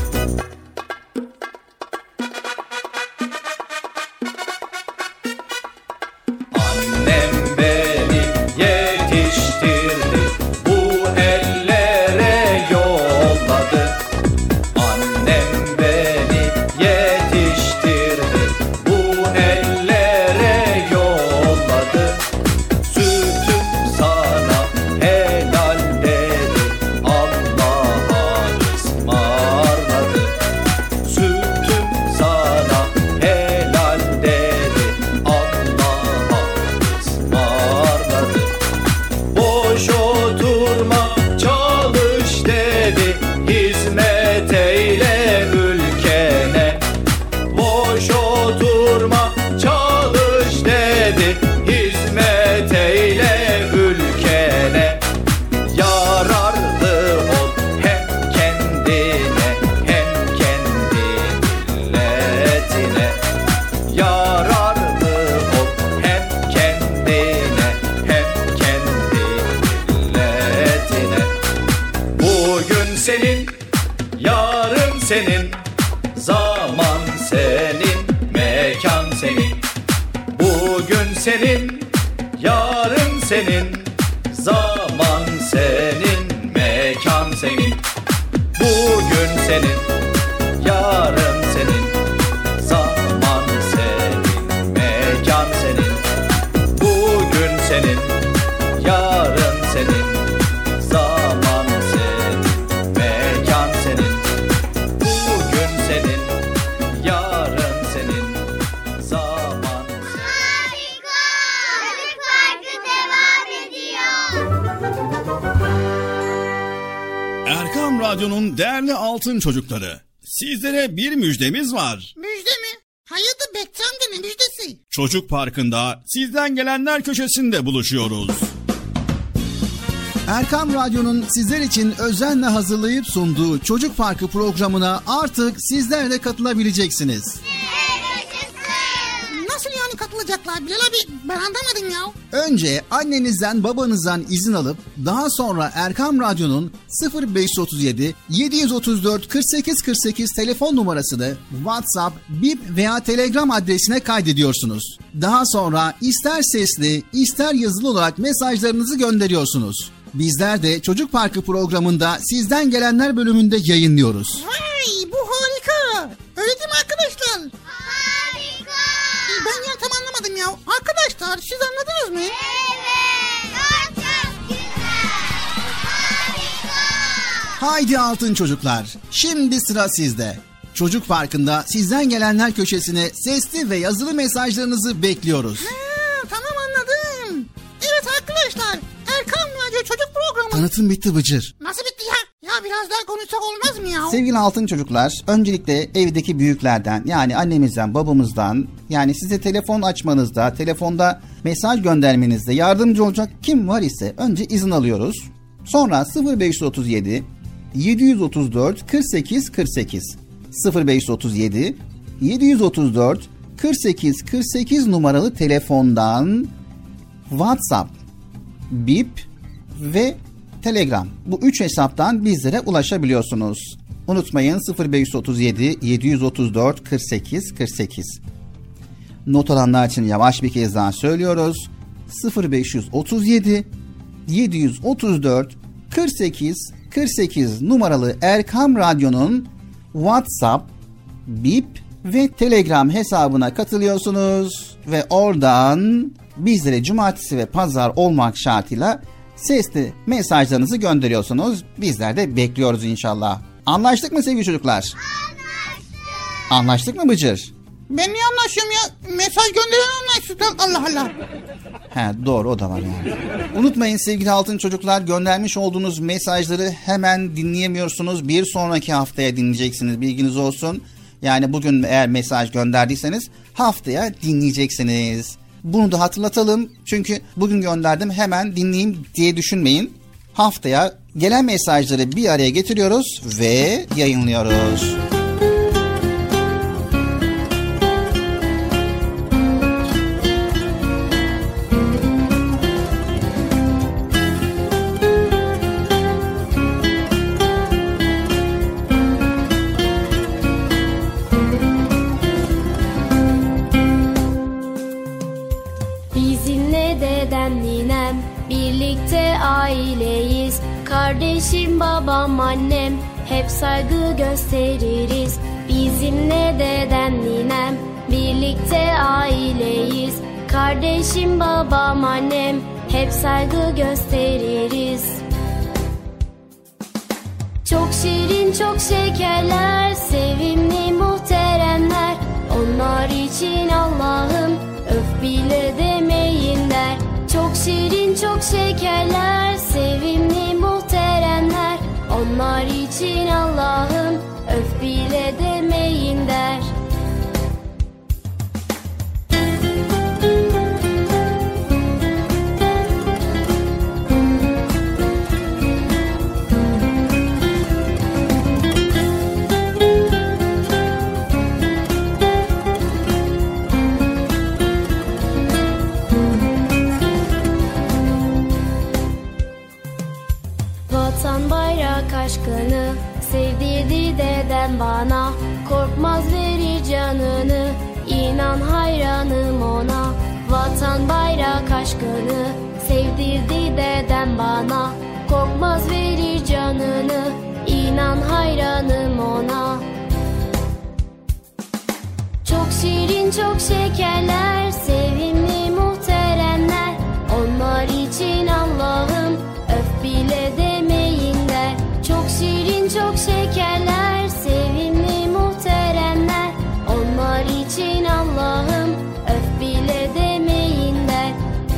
Annem beni yetiştirdi, bu ellere yolladı. Annem beni yetiştirdi, bu ellere yolladı. Sütüm sana helal dedi, Allah'a ısmarladı. Sütüm sana helal dedi, Allah'a ısmarladı. Boş oturma, çalış dedi, hizmet eyle ülkene. Boş oturma, çalış dedi, hizmet eyle ülkene. Yararlı ol hem kendine hem kendi milletine. Yararlı ol hem kendine hem kendi milletine. Bugün senin, yarın senin, zaman senin, mekan senin. Bugün senin, yarın senin, zaman senin, mekan senin. Bugün senin, yarın senin, zaman senin, mekan senin. Bugün senin, yarın senin, zaman senin, mekan senin. Bugün senin, yarın senin, zaman Erkam Radyo'nun değerli altın çocukları, sizlere bir müjdemiz var. Müjde mi? Hayırdır Bekçi amca, ne müjdesi? Çocuk Parkı'nda sizden gelenler köşesinde buluşuyoruz. Erkam Radyo'nun sizler için özenle hazırlayıp sunduğu Çocuk Parkı programına artık sizler de katılabileceksiniz. Nasıl yani katılacaklar Bilal abi? Ben anlamadım ya. Önce annenizden babanızdan izin alıp daha sonra Erkam Radyo'nun 0537 734 48 48 telefon numarasını WhatsApp, Bip veya Telegram adresine kaydediyorsunuz. Daha sonra ister sesli ister yazılı olarak mesajlarınızı gönderiyorsunuz. Bizler de Çocuk Parkı programında sizden gelenler bölümünde yayınlıyoruz. Vay, bu harika. Öyle değil mi arkadaşlar? Harika. Ben ya tam anlamadım ya. Arkadaşlar siz anladınız mı? Evet. Çok güzel. Harika. Haydi altın çocuklar, şimdi sıra sizde. Çocuk Parkı'nda sizden gelenler köşesine sesli ve yazılı mesajlarınızı bekliyoruz. Tamam anladım. Evet arkadaşlar, Erkam Radyo Çocuk Programı. Tanıtım bitti Bıcır. Nasıl bitti ya? Ya biraz daha konuşsak olmaz mı ya? Sevgili altın çocuklar, öncelikle evdeki büyüklerden, yani annemizden, babamızdan, yani size telefon açmanızda, telefonda mesaj göndermenizde yardımcı olacak kim var ise önce izin alıyoruz. Sonra 0537 734 48 48 0537 734 48 48 numaralı telefondan WhatsApp, Bip ve Telegram, bu 3 hesaptan bizlere ulaşabiliyorsunuz. Unutmayın 0537 734 48 48. Not alanlar için yavaş bir kez daha söylüyoruz. 0537 734 48 48 numaralı Erkam Radyo'nun WhatsApp, Bip ve Telegram hesabına katılıyorsunuz ve oradan bizlere cumartesi ve pazar olmak şartıyla sesli mesajlarınızı gönderiyorsunuz. Bizler de bekliyoruz inşallah. Anlaştık mı sevgili çocuklar? Anlaştık. Anlaştık mı Bıcır? Ben niye anlaşıyorum ya? Mesaj gönderen anlaşsın. Allah Allah. He, doğru, o da var yani. Unutmayın sevgili altın çocuklar, göndermiş olduğunuz mesajları hemen dinleyemiyorsunuz. Bir sonraki haftaya dinleyeceksiniz, bilginiz olsun. Yani bugün eğer mesaj gönderdiyseniz haftaya dinleyeceksiniz. Bunu da hatırlatalım. Çünkü bugün gönderdim hemen dinleyeyim diye düşünmeyin. Haftaya gelen mesajları bir araya getiriyoruz ve yayınlıyoruz. Aileyiz, kardeşim, babam, annem, hep saygı gösteririz. Bizimle dedem, ninem, birlikte aileyiz. Kardeşim, babam, annem, hep saygı gösteririz. Çok şirin, çok şekerler, sevimli muhteremler. Onlar için Allah'ım öf bile demeyin der. Çok şirin, çok şekerler, sevimli muhteremler. Onlar için Allah'ım öf bile demeyin der. Aşkını sevdirdi dedem bana, korkmaz verir canını, inan hayranım ona. Vatan bayrak aşkını sevdirdi dedem bana, korkmaz verir canını, inan hayranım ona. Çok şirin, çok şekerler, sevimli muhteremler. Onlar için Allah'ım öf bile demeyin der. Çok şirin, çok şekerler, sevimli muhteremler. Onlar için Allah'ım öf bile demeyin der.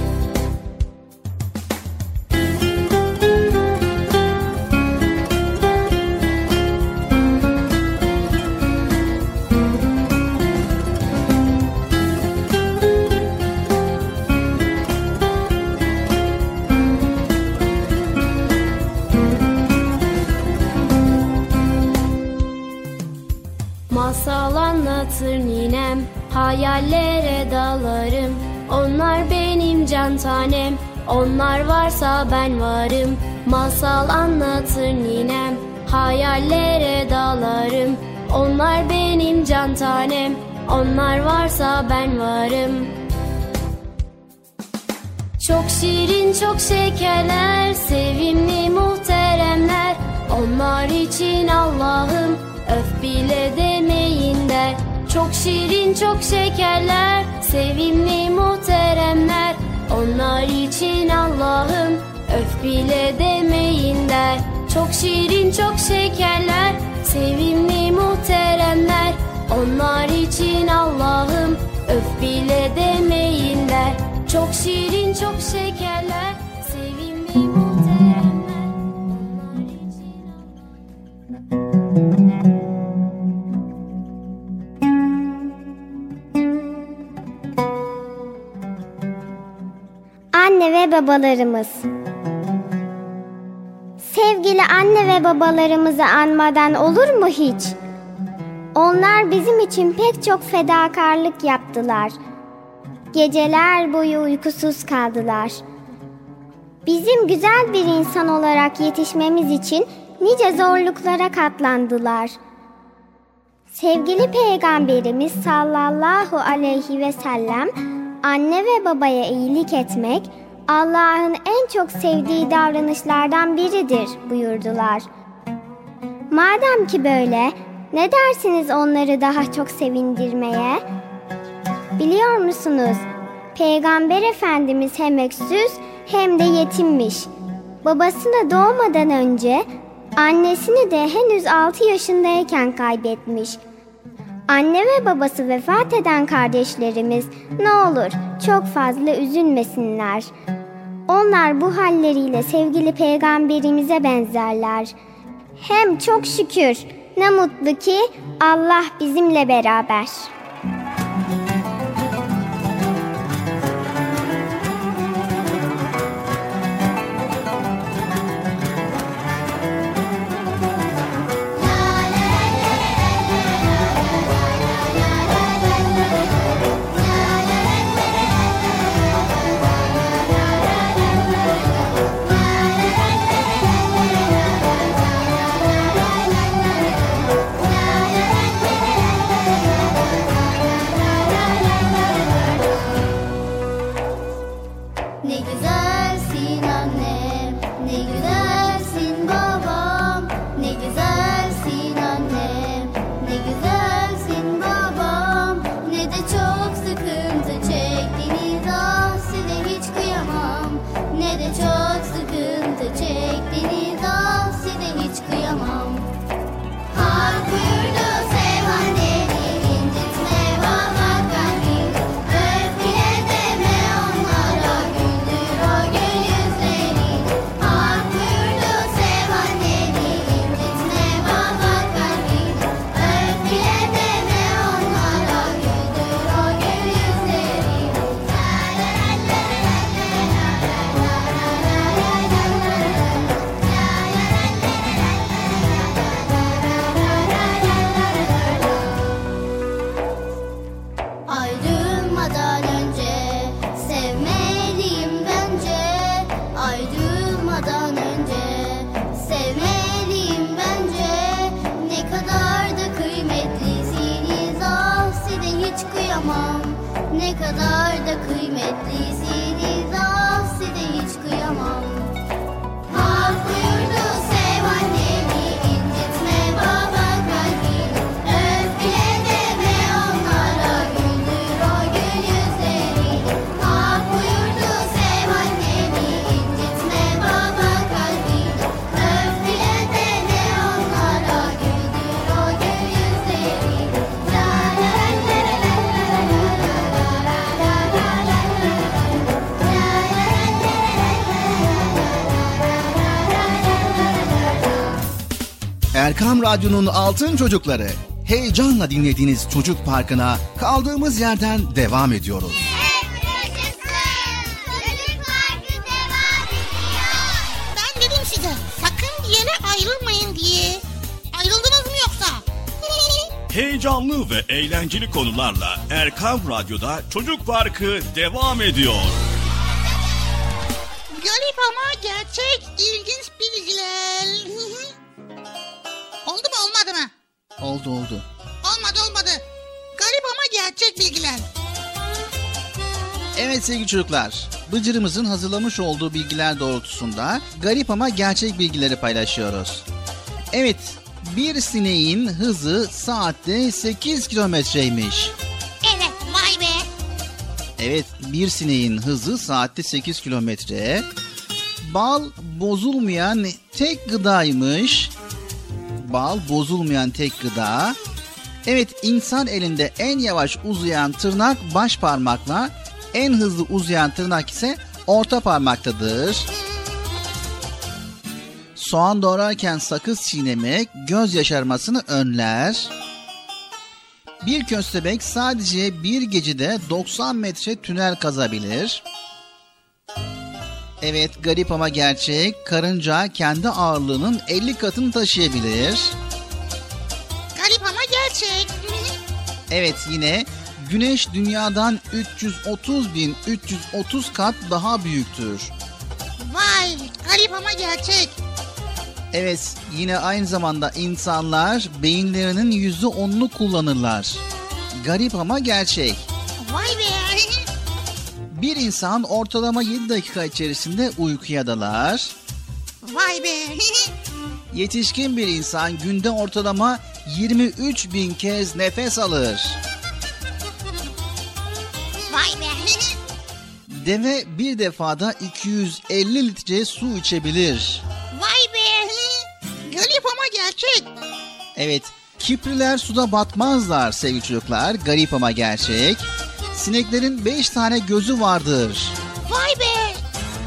Masal anlatır ninem, hayallere dalarım. Onlar benim can tanem, onlar varsa ben varım. Masal anlatır ninem, hayallere dalarım. Onlar benim can tanem, onlar varsa ben varım. Çok şirin, çok şekerler, sevimli muhteremler. Onlar için Allah'ım öf bile demeyin der. Çok şirin, çok şekerler, sevimli muhteremler. Onlar için Allah'ım öf bile demeyin der. Çok şirin, çok şekerler, sevimli muhteremler. Onlar için Allah'ım öf bile demeyin der. Çok şirin, çok şekerler, sevimli muhteremler. Onlar için Anne ve babalarımız. Sevgili anne ve babalarımızı anmadan olur mu hiç? Onlar bizim için pek çok fedakarlık yaptılar. Geceler boyu uykusuz kaldılar. Bizim güzel bir insan olarak yetişmemiz için nice zorluklara katlandılar. Sevgili Peygamberimiz sallallahu aleyhi ve sellem, anne ve babaya iyilik etmek Allah'ın en çok sevdiği davranışlardan biridir buyurdular. Madem ki böyle, ne dersiniz onları daha çok sevindirmeye? Biliyor musunuz? Peygamber Efendimiz hem öksüz hem de yetimmiş. Babasını doğmadan önce annesini de henüz 6 yaşındayken kaybetmiş. Anne ve babası vefat eden kardeşlerimiz ne olur çok fazla üzülmesinler. Onlar bu halleriyle sevgili peygamberimize benzerler. Hem çok şükür ne mutlu ki Allah bizimle beraber. Erkam Radyo'nun Altın Çocukları, heyecanla dinlediğiniz Çocuk Parkı'na kaldığımız yerden devam ediyoruz. Ben dedim size sakın bir yere ayrılmayın diye. Ayrıldınız mı yoksa? Heyecanlı ve eğlenceli konularla Erkam Radyo'da Çocuk Parkı devam ediyor. Garip ama gerçek ilginç bilgiler. Oldu mu olmadı mı? Oldu. Olmadı. Garip ama gerçek bilgiler. Evet sevgili çocuklar, Bıcır'ımızın hazırlamış olduğu bilgiler doğrultusunda garip ama gerçek bilgileri paylaşıyoruz. Evet, bir sineğin hızı saatte 8 kilometreymiş. Evet, vay be. Evet, bir sineğin hızı saatte 8 kilometre. Bal bozulmayan tek gıdaymış. Bal bozulmayan tek gıda. Evet, insan elinde en yavaş uzayan tırnak baş parmakla, en hızlı uzayan tırnak ise orta parmaktadır. Soğan doğrarken sakız çiğnemek göz yaşarmasını önler. Bir köstebek sadece bir gecede 90 metre tünel kazabilir. Evet, garip ama gerçek, karınca kendi ağırlığının 50 katını taşıyabilir. Garip ama gerçek. Evet, yine Güneş dünyadan 330.330 kat daha büyüktür. Vay, garip ama gerçek. Evet, yine aynı zamanda insanlar beyinlerinin %10'unu kullanırlar. Garip ama gerçek. Vay be. Bir insan ortalama 7 dakika içerisinde uykuya dalar. Vay be. Yetişkin bir insan günde ortalama 23.000 kez nefes alır. Vay be. Deve bir defada 250 litre su içebilir. Vay be. Garip ama gerçek. Evet, Kipriler suda batmazlar sevgili çocuklar. Garip ama gerçek. Sineklerin 5 tane gözü vardır. Vay be!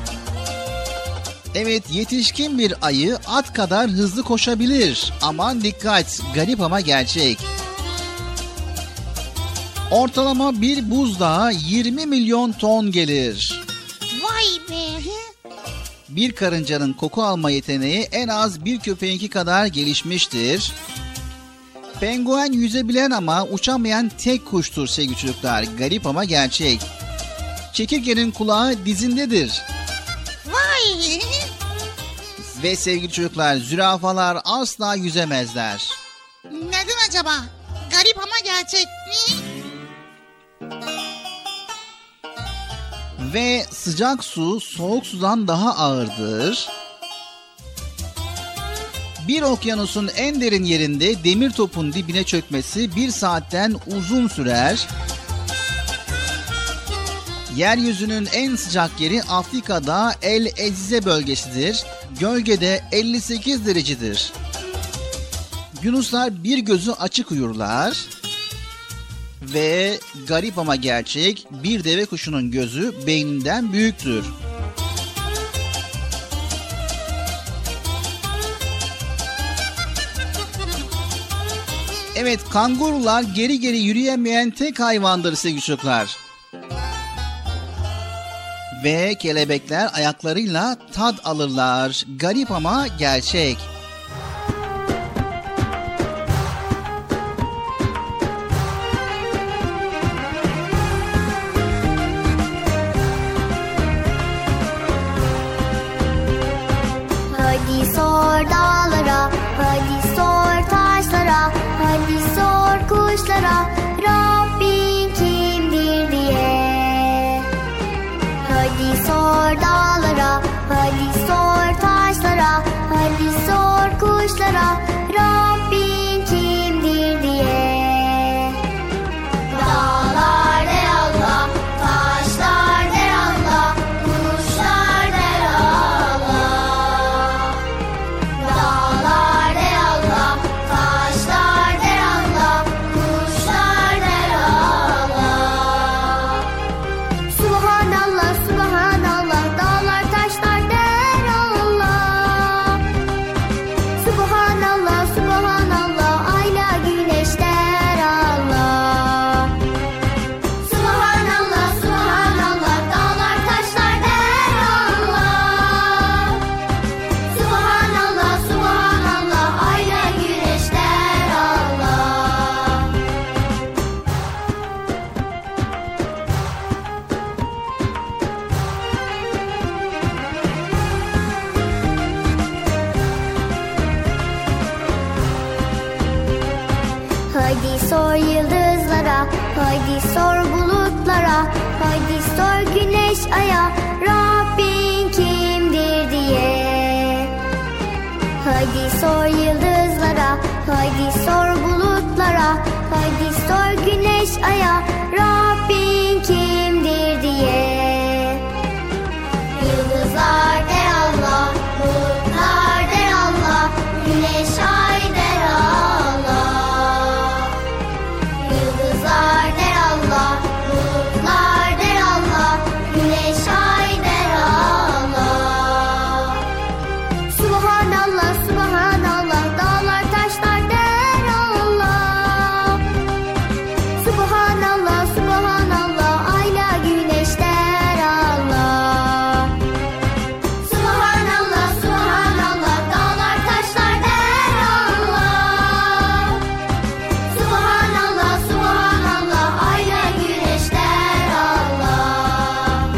Evet, yetişkin bir ayı at kadar hızlı koşabilir. Aman dikkat, garip ama gerçek. Ortalama bir buzdağı 20 milyon ton gelir. Vay be! Bir karıncanın koku alma yeteneği en az bir köpeğinki kadar gelişmiştir. Penguen yüzebilen ama uçamayan tek kuştur sevgili çocuklar. Garip ama gerçek. Çekirgenin kulağı dizindedir. Vay! Ve sevgili çocuklar, zürafalar asla yüzemezler. Neden acaba? Garip ama gerçek. Ve sıcak su soğuk sudan daha ağırdır. Bir okyanusun en derin yerinde demir topun dibine çökmesi 1 saatten uzun sürer. Yeryüzünün en sıcak yeri Afrika'da El Ezize bölgesidir. Gölgede 58 derecedir. Yunuslar bir gözü açık uyurlar. Ve garip ama gerçek, bir deve kuşunun gözü beyninden büyüktür. Evet, kangurular geri geri yürüyemeyen tek hayvandır sevgili çocuklar. Ve kelebekler ayaklarıyla tat alırlar. Garip ama gerçek. Hadi sor dağlara, hadi sor taşlara, hadi sor kuşlara, Rabbin kimdir diye. Hadi sor dağlara, hadi sor taşlara, hadi sor kuşlara, Rabbin kimdir diye. Dağlar der Allah, taşlar der Allah, kuşlar der Allah. Dağlar der Allah, taşlar der Allah, kuşlar der Allah. Subhanallah, subhanallah, dağlar taşlar der Allah. Subhanallah, subhanallah, ayla güneş der Allah. Subhanallah, subhanallah, dağlar taşlar der Allah. Subhanallah, subhanallah, ayla güneş der Allah. Hadi sor yıldızlara, hadi sor bulutlara, hadi sor güneş aya, Rabbin kimdir diye. Hadi sor yıldızlara, hadi sor bulutlara, hadi sor güneş aya, Rabbin kimdir diye. Yıldızlar der Allah, bulutlar der Allah, güneş ay der Allah. Yıldızlar der Allah, bulutlar der Allah, güneş ay der Allah. Subhanallah, subhanallah, dağlar taşlar der Allah. Subhanallah, subhanallah, ayla güneş der Allah. Subhanallah, subhanallah, dağlar taşlar der Allah. Subhanallah, subhanallah, ayla güneş der Allah.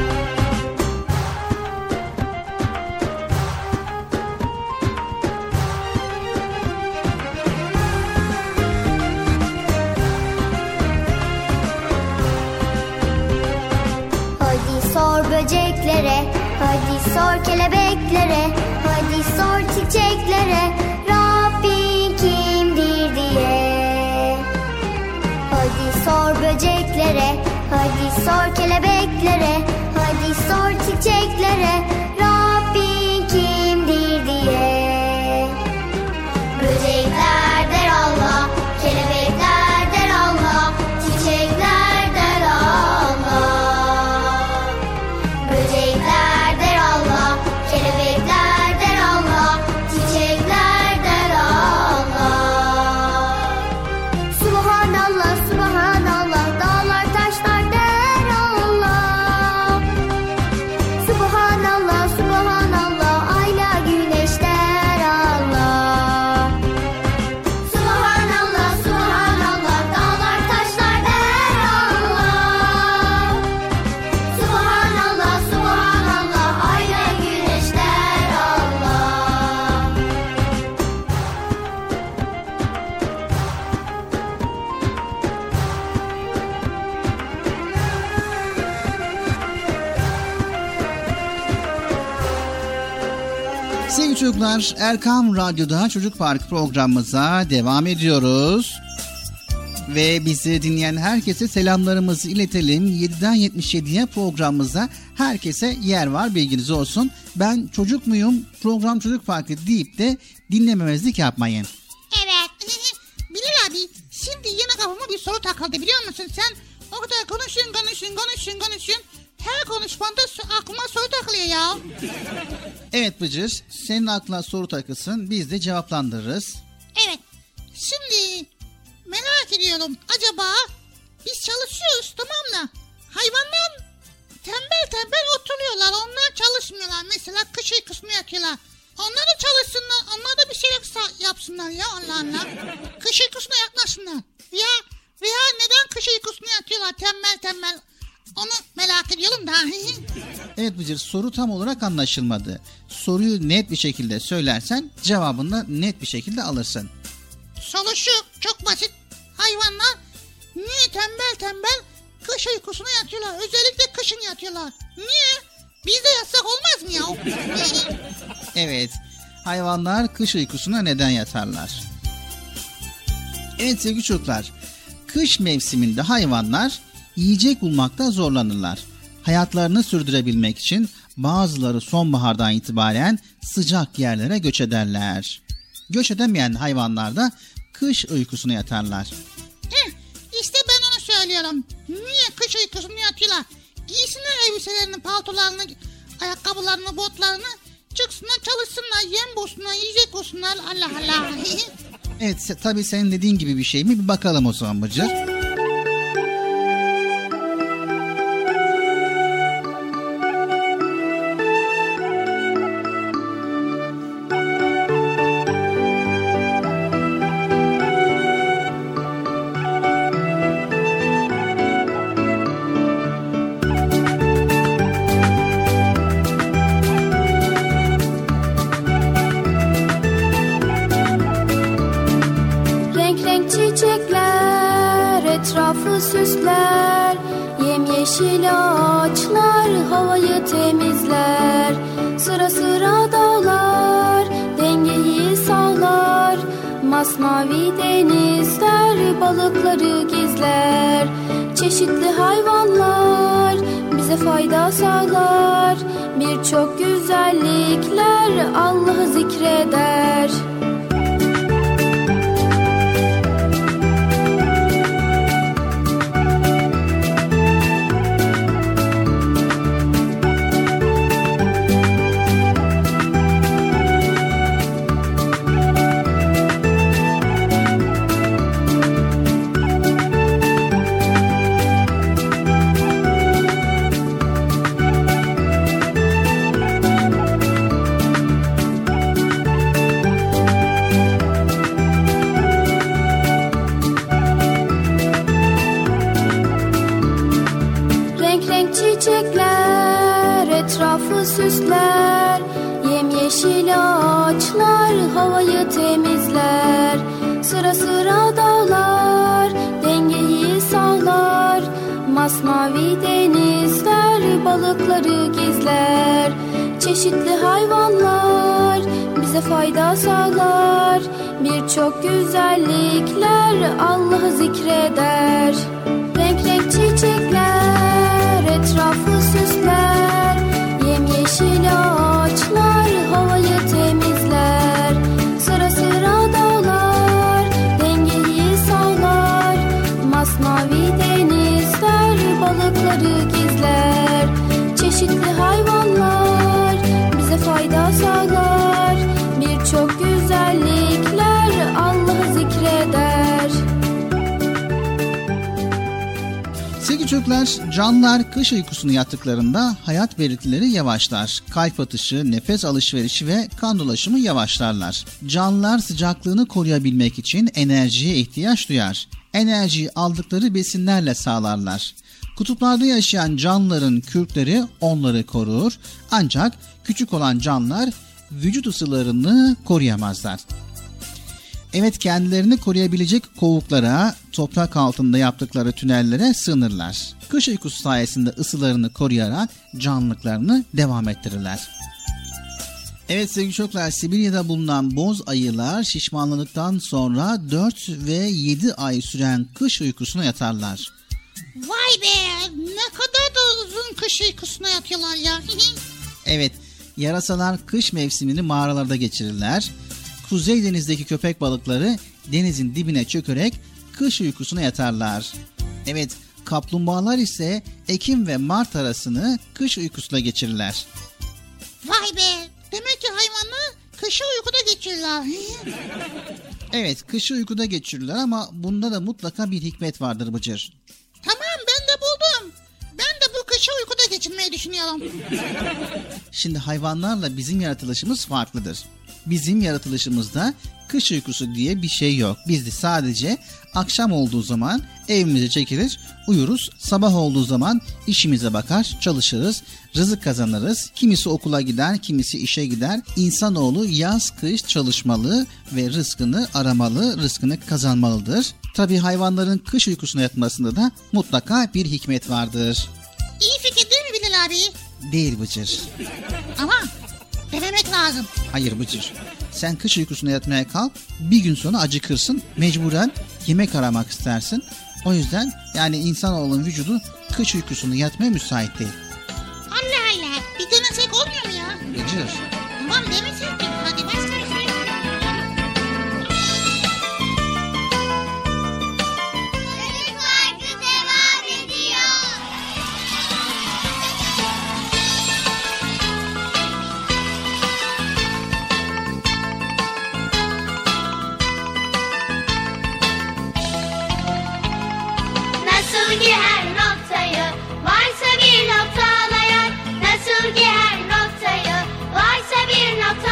Hadi sor böceklere, hadi sor kelebeklere, hadi sor çiçeklere, Rabbin kimdir diye. Hadi sor böceklere, hadi sor kelebeklere, hadi sor çiçeklere, Rabbin kimdir diye. Böcekler der Allah, çocuklar, Erkam Radyo'da Çocuk Park programımıza devam ediyoruz. Ve bizi dinleyen herkese selamlarımızı iletelim. 7'den 77'ye programımıza herkese yer var, bilginiz olsun. Ben çocuk muyum, program Çocuk Parkı deyip de dinlememezlik yapmayın. Evet. Bilal abi, şimdi yine kafama bir soru takıldı, biliyor musun sen? O kadar konuşuyorsun. Her konuşmanda aklıma soru takılıyor ya. Evet Bıcır, senin aklına soru takılsın, biz de cevaplandırırız. Evet. Şimdi merak ediyorum, acaba biz çalışıyoruz, tamam mı? Hayvanlar tembel oturuyorlar, onlar çalışmıyorlar. Mesela kış uykusunu yatıyorlar. Onlar da çalışsınlar, onlar da bir şey yapsınlar ya, Allah. Kış uykusuna yatmasınlar. Veya neden kış uykusunu yatıyorlar tembel? Onu merak ediyorum da. Evet Bıcır, soru tam olarak anlaşılmadı. Soruyu net bir şekilde söylersen cevabını da net bir şekilde alırsın. Soru şu, çok basit. Hayvanlar niye tembel kış uykusuna yatıyorlar? Özellikle kışın yatıyorlar. Niye? Biz de yatsak olmaz mı ya? Evet, hayvanlar kış uykusuna neden yatarlar? Evet sevgili çocuklar, kış mevsiminde hayvanlar yiyecek bulmakta zorlanırlar. Hayatlarını sürdürebilmek için bazıları sonbahardan itibaren sıcak yerlere göç ederler. Göç edemeyen hayvanlar da kış uykusuna yatarlar. İşte ben onu söylüyorum. Niye kış uykusunu yatıyorlar? Giysinler elbiselerini, paltolarını, ayakkabılarını, botlarını, çıksınlar, çalışsınlar, yem bulsunlar, yiyecek bulsunlar. Allah. Evet, tabii senin dediğin gibi bir şey mi? Bir bakalım o zaman Bıcır. Süsler, yemyeşil ağaçlar havayı temizler. Sıra sıra dağlar dengeyi sağlar. Masmavi denizler balıkları gizler. Çeşitli hayvanlar bize fayda sağlar. Birçok güzellikler Allah'ı zikreder. Süsler, yemyeşil ağaçlar havayı temizler. Sıra sıra dağlar dengeyi sağlar. Masmavi denizler balıkları gizler. Çeşitli hayvanlar bize fayda sağlar. Birçok güzellikler Allah'ı zikreder. Renk renk çiçekler etrafı süsler. Yemyeşil ağaçlar havayı temizler. Sıra sıra dağlar dengeyi sağlar. Masmavi denizler balıkları gizler. Çeşitli hayvanlar bize fayda sağlar. Birçok güzellikler Allah'ı zikreder. Sevgili çocuklar, canlılar kış uykusunu yattıklarında hayat belirtileri yavaşlar. Kalp atışı, nefes alışverişi ve kan dolaşımı yavaşlarlar. Canlılar sıcaklığını koruyabilmek için enerjiye ihtiyaç duyar. Enerjiyi aldıkları besinlerle sağlarlar. Kutuplarda yaşayan canlıların kürkleri onları korur. Ancak küçük olan canlılar vücut ısılarını koruyamazlar. Evet, kendilerini koruyabilecek kovuklara, toprak altında yaptıkları tünellere sığınırlar. Kış uykusu sayesinde ısılarını koruyarak canlılıklarını devam ettirirler. Evet sevgili çocuklar, Sibirya'da bulunan boz ayılar şişmanladıktan sonra 4 ve 7 ay süren kış uykusuna yatarlar. Vay be, ne kadar da uzun kış uykusuna yatıyorlar ya. Evet, yarasalar kış mevsimini mağaralarda geçirirler. Kuzey denizdeki köpek balıkları denizin dibine çökerek kış uykusuna yatarlar. Evet, kaplumbağalar ise Ekim ve Mart arasını kış uykusuna geçirirler. Vay be, demek ki hayvanlar kışı uykuda geçirirler. Evet, kışı uykuda geçirirler ama bunda da mutlaka bir hikmet vardır Bıcır. Tamam, ben de buldum. Ben de bu kışı uykuda geçirmeyi düşünüyorum. Şimdi hayvanlarla bizim yaratılışımız farklıdır. Bizim yaratılışımızda kış uykusu diye bir şey yok. Biz de sadece akşam olduğu zaman evimize çekilir, uyuruz. Sabah olduğu zaman işimize bakar, çalışırız, rızık kazanırız. Kimisi okula gider, kimisi işe gider. İnsanoğlu yaz kış çalışmalı ve rızkını aramalı, rızkını kazanmalıdır. Tabii hayvanların kış uykusuna yatmasında da mutlaka bir hikmet vardır. İyi fikir değil mi Bilal abi? Değil Bıcır. Ama denemek lazım. Hayır Bıcır. Sen kış uykusuna yatmaya kalk, bir gün sonra acıkırsın, mecburen yemek aramak istersin. O yüzden yani insanoğlunun vücudu kış uykusuna yatmaya müsait değil. Allah Allah, bir denesek olmuyor mu ya? Bıcır. Tamam demesek mi? Hadi başlayalım. Nasıl ki her noktayı varsa bir noktalayan, nasıl ki her noktayı varsa bir nokta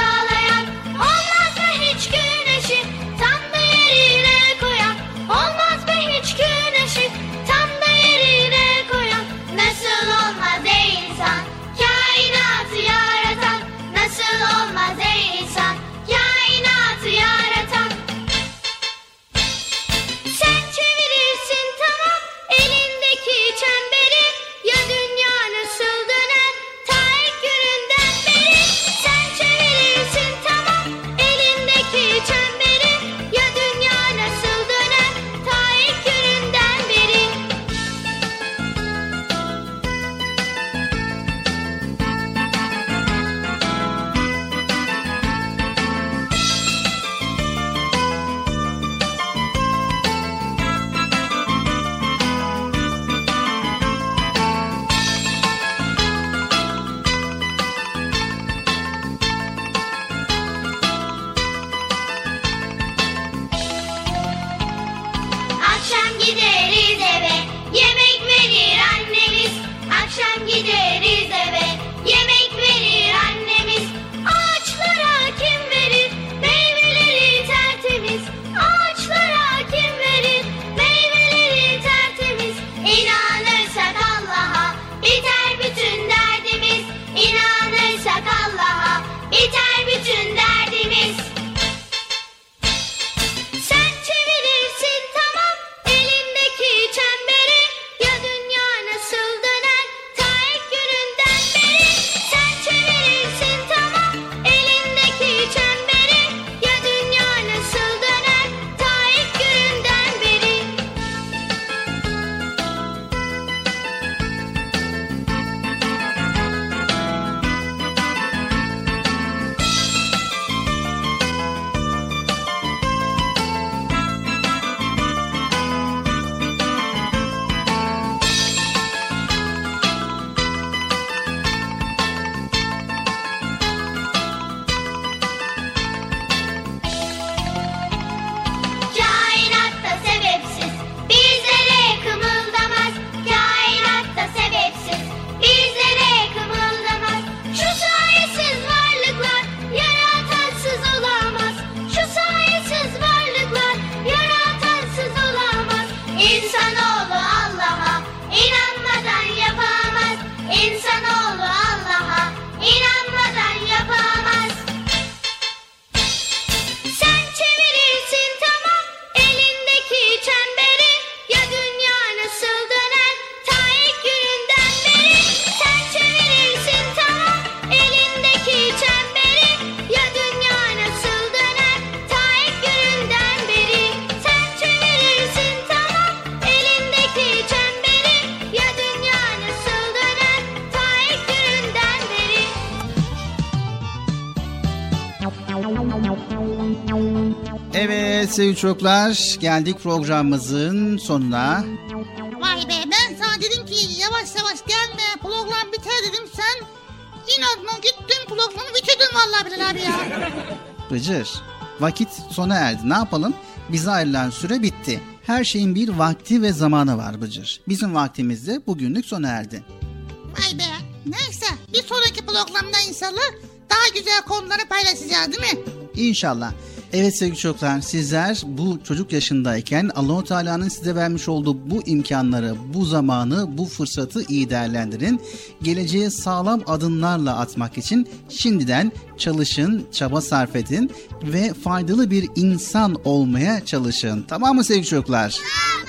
Evet sevgili çocuklar, geldik programımızın sonuna. Vay be, ben sana dedim ki yavaş yavaş gelme, program biter dedim, sen inadına gittin programı bitirdin vallahi Bilal abi ya. Bıcır, vakit sona erdi, ne yapalım? Bize ayrılan süre bitti. Her şeyin bir vakti ve zamanı var Bıcır. Bizim vaktimiz de bugünlük sona erdi. Vay be, neyse bir sonraki programda inşallah daha güzel konuları paylaşacağız değil mi? İnşallah. Evet sevgili çocuklar, sizler bu çocuk yaşındayken Allah-u Teala'nın size vermiş olduğu bu imkanları, bu zamanı, bu fırsatı iyi değerlendirin. Geleceğe sağlam adımlarla atmak için şimdiden çalışın, çaba sarf edin ve faydalı bir insan olmaya çalışın. Tamam mı sevgili çocuklar?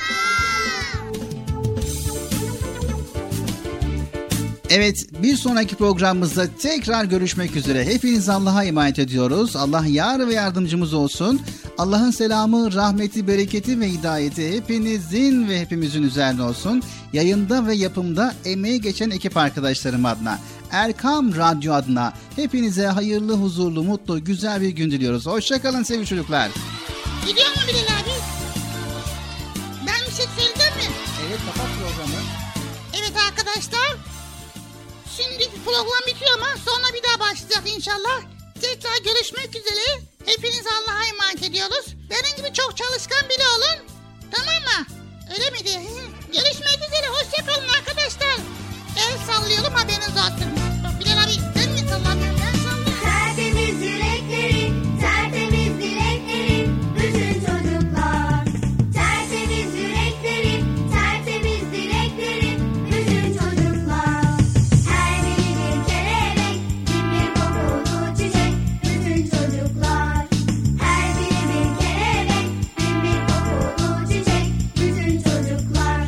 Evet, bir sonraki programımızda tekrar görüşmek üzere. Hepiniz Allah'a emanet ediyoruz. Allah yar ve yardımcımız olsun. Allah'ın selamı, rahmeti, bereketi ve hidayeti hepinizin ve hepimizin üzerine olsun. Yayında ve yapımda emeği geçen ekip arkadaşlarım adına, Erkam Radyo adına hepinize hayırlı, huzurlu, mutlu, güzel bir gün diliyoruz. Hoşçakalın sevgili çocuklar. Gidiyor mu Bilal abi? Ben bir şey söyleyeceğim mi? Evet, kapat programı. Evet arkadaşlar. Şimdi program bitiyor ama sonra bir daha başlayacak inşallah. Tekrar görüşmek üzere. Hepiniz Allah'a emanet ediyoruz. Benim gibi çok çalışkan biri olun. Tamam mı? Öyle miydi? Görüşmek üzere. Hoşçakalın arkadaşlar. El sallıyorum, haberiniz olsun. Bilal abi sen mi sallamıyorsun? Ben sallıyorum. Tertemiz yürekleri, tertemiz dilekleri, bütün çocuklar. Tertemiz yürekleri, tertemiz dilekleri, bütün çocuklar. Her biri bir kelebek, bin bir kokulu çiçek, bütün çocuklar. Her biri bir kelebek, bin bir kokulu çiçek, bütün çocuklar.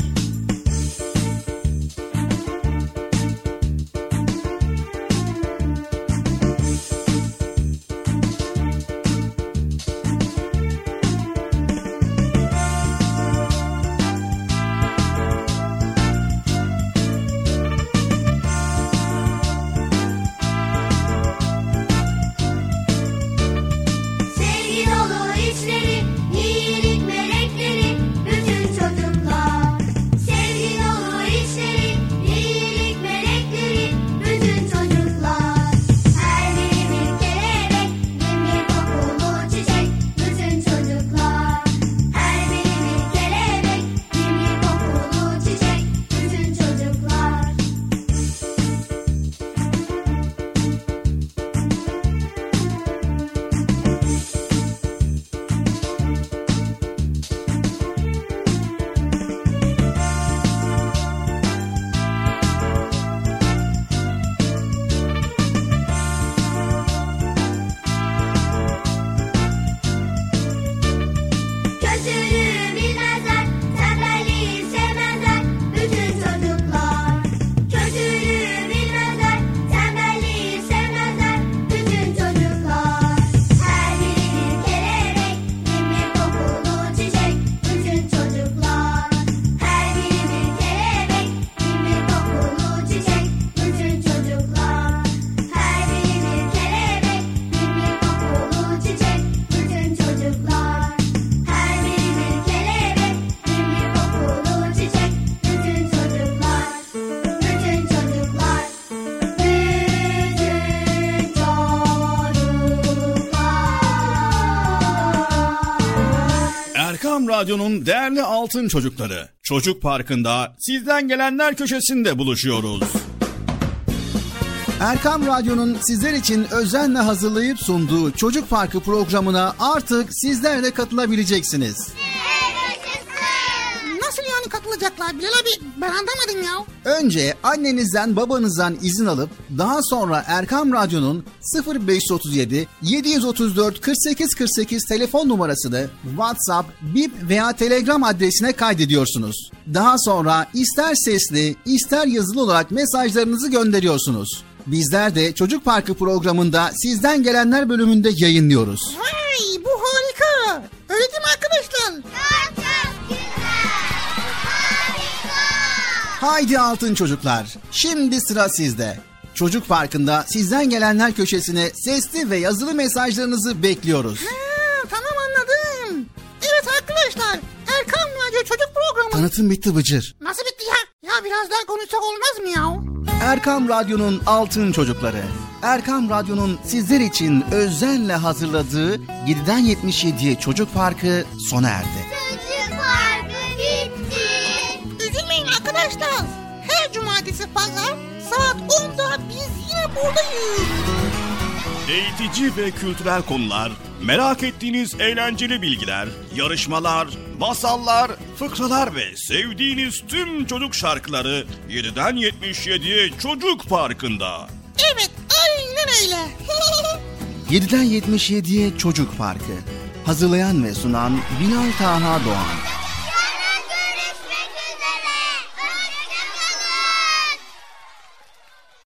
Sevgi dolu içleri, iyilik melekleri, bütün çocuklar. Sevgi dolu içleri, iyilik melekleri, bütün çocuklar. Her biri bir kelebek, bin bir kokulu çiçek, bütün çocuklar. Her biri bir kelebek, bin bir kokulu çiçek, bütün çocuklar. Kötülüğü bilmezler, tembelliği sevmezler, bütün çocuklar. Kötülüğü bilmezler, tembelliği sevmezler, bütün çocuklar. Her biri bir kelebek, bin bir kokulu çiçek, bütün çocuklar. Her biri bir kelebek, bin bir kokulu çiçek, bütün çocuklar. Her biri bir kelebek, bin bir kokulu çiçek, bütün çocuklar. Her biri bir kelebek, bin bir kokulu çiçek, bütün çocuklar. Bütün çocuklar. Bütün çocuklar. Erkam Radyo'nun değerli altın çocukları. Çocuk Parkı'nda sizden gelenler köşesinde buluşuyoruz. Erkam Radyo'nun sizler için özenle hazırlayıp sunduğu Çocuk Parkı programına artık sizler de katılabileceksiniz. Nasıl yani katılacaklar Bilal abi? Ben anlamadım ya. Önce annenizden babanızdan izin alıp daha sonra Erkam Radyo'nun 0537 734 48 48 telefon numarasını WhatsApp, Bip veya Telegram adresine kaydediyorsunuz. Daha sonra ister sesli ister yazılı olarak mesajlarınızı gönderiyorsunuz. Bizler de Çocuk Parkı programında sizden gelenler bölümünde yayınlıyoruz. Vay, bu harika. Öyle değil mi arkadaşlar? Haydi altın çocuklar, şimdi sıra sizde. Çocuk Parkı'nda sizden gelenler köşesine sesli ve yazılı mesajlarınızı bekliyoruz. Tamam anladım. Anlatım bitti Bıcır. Nasıl bitti ya? Ya biraz daha konuşsak olmaz mı ya? Erkam Radyo'nun Altın Çocukları. Erkam Radyo'nun sizler için özenle hazırladığı 7'den 77'ye Çocuk Parkı sona erdi. Çocuk Parkı bitti. Üzülmeyin arkadaşlar. Her cumartesi pazar saat 10'da biz yine buradayız. Eğitici ve kültürel konular, merak ettiğiniz eğlenceli bilgiler, yarışmalar, masallar, fıkralar ve sevdiğiniz tüm çocuk şarkıları 7'den 77'ye Çocuk Parkı'nda. Evet, aynen öyle. 7'den 77'ye Çocuk Parkı. Hazırlayan ve sunan Binal Taha Doğan.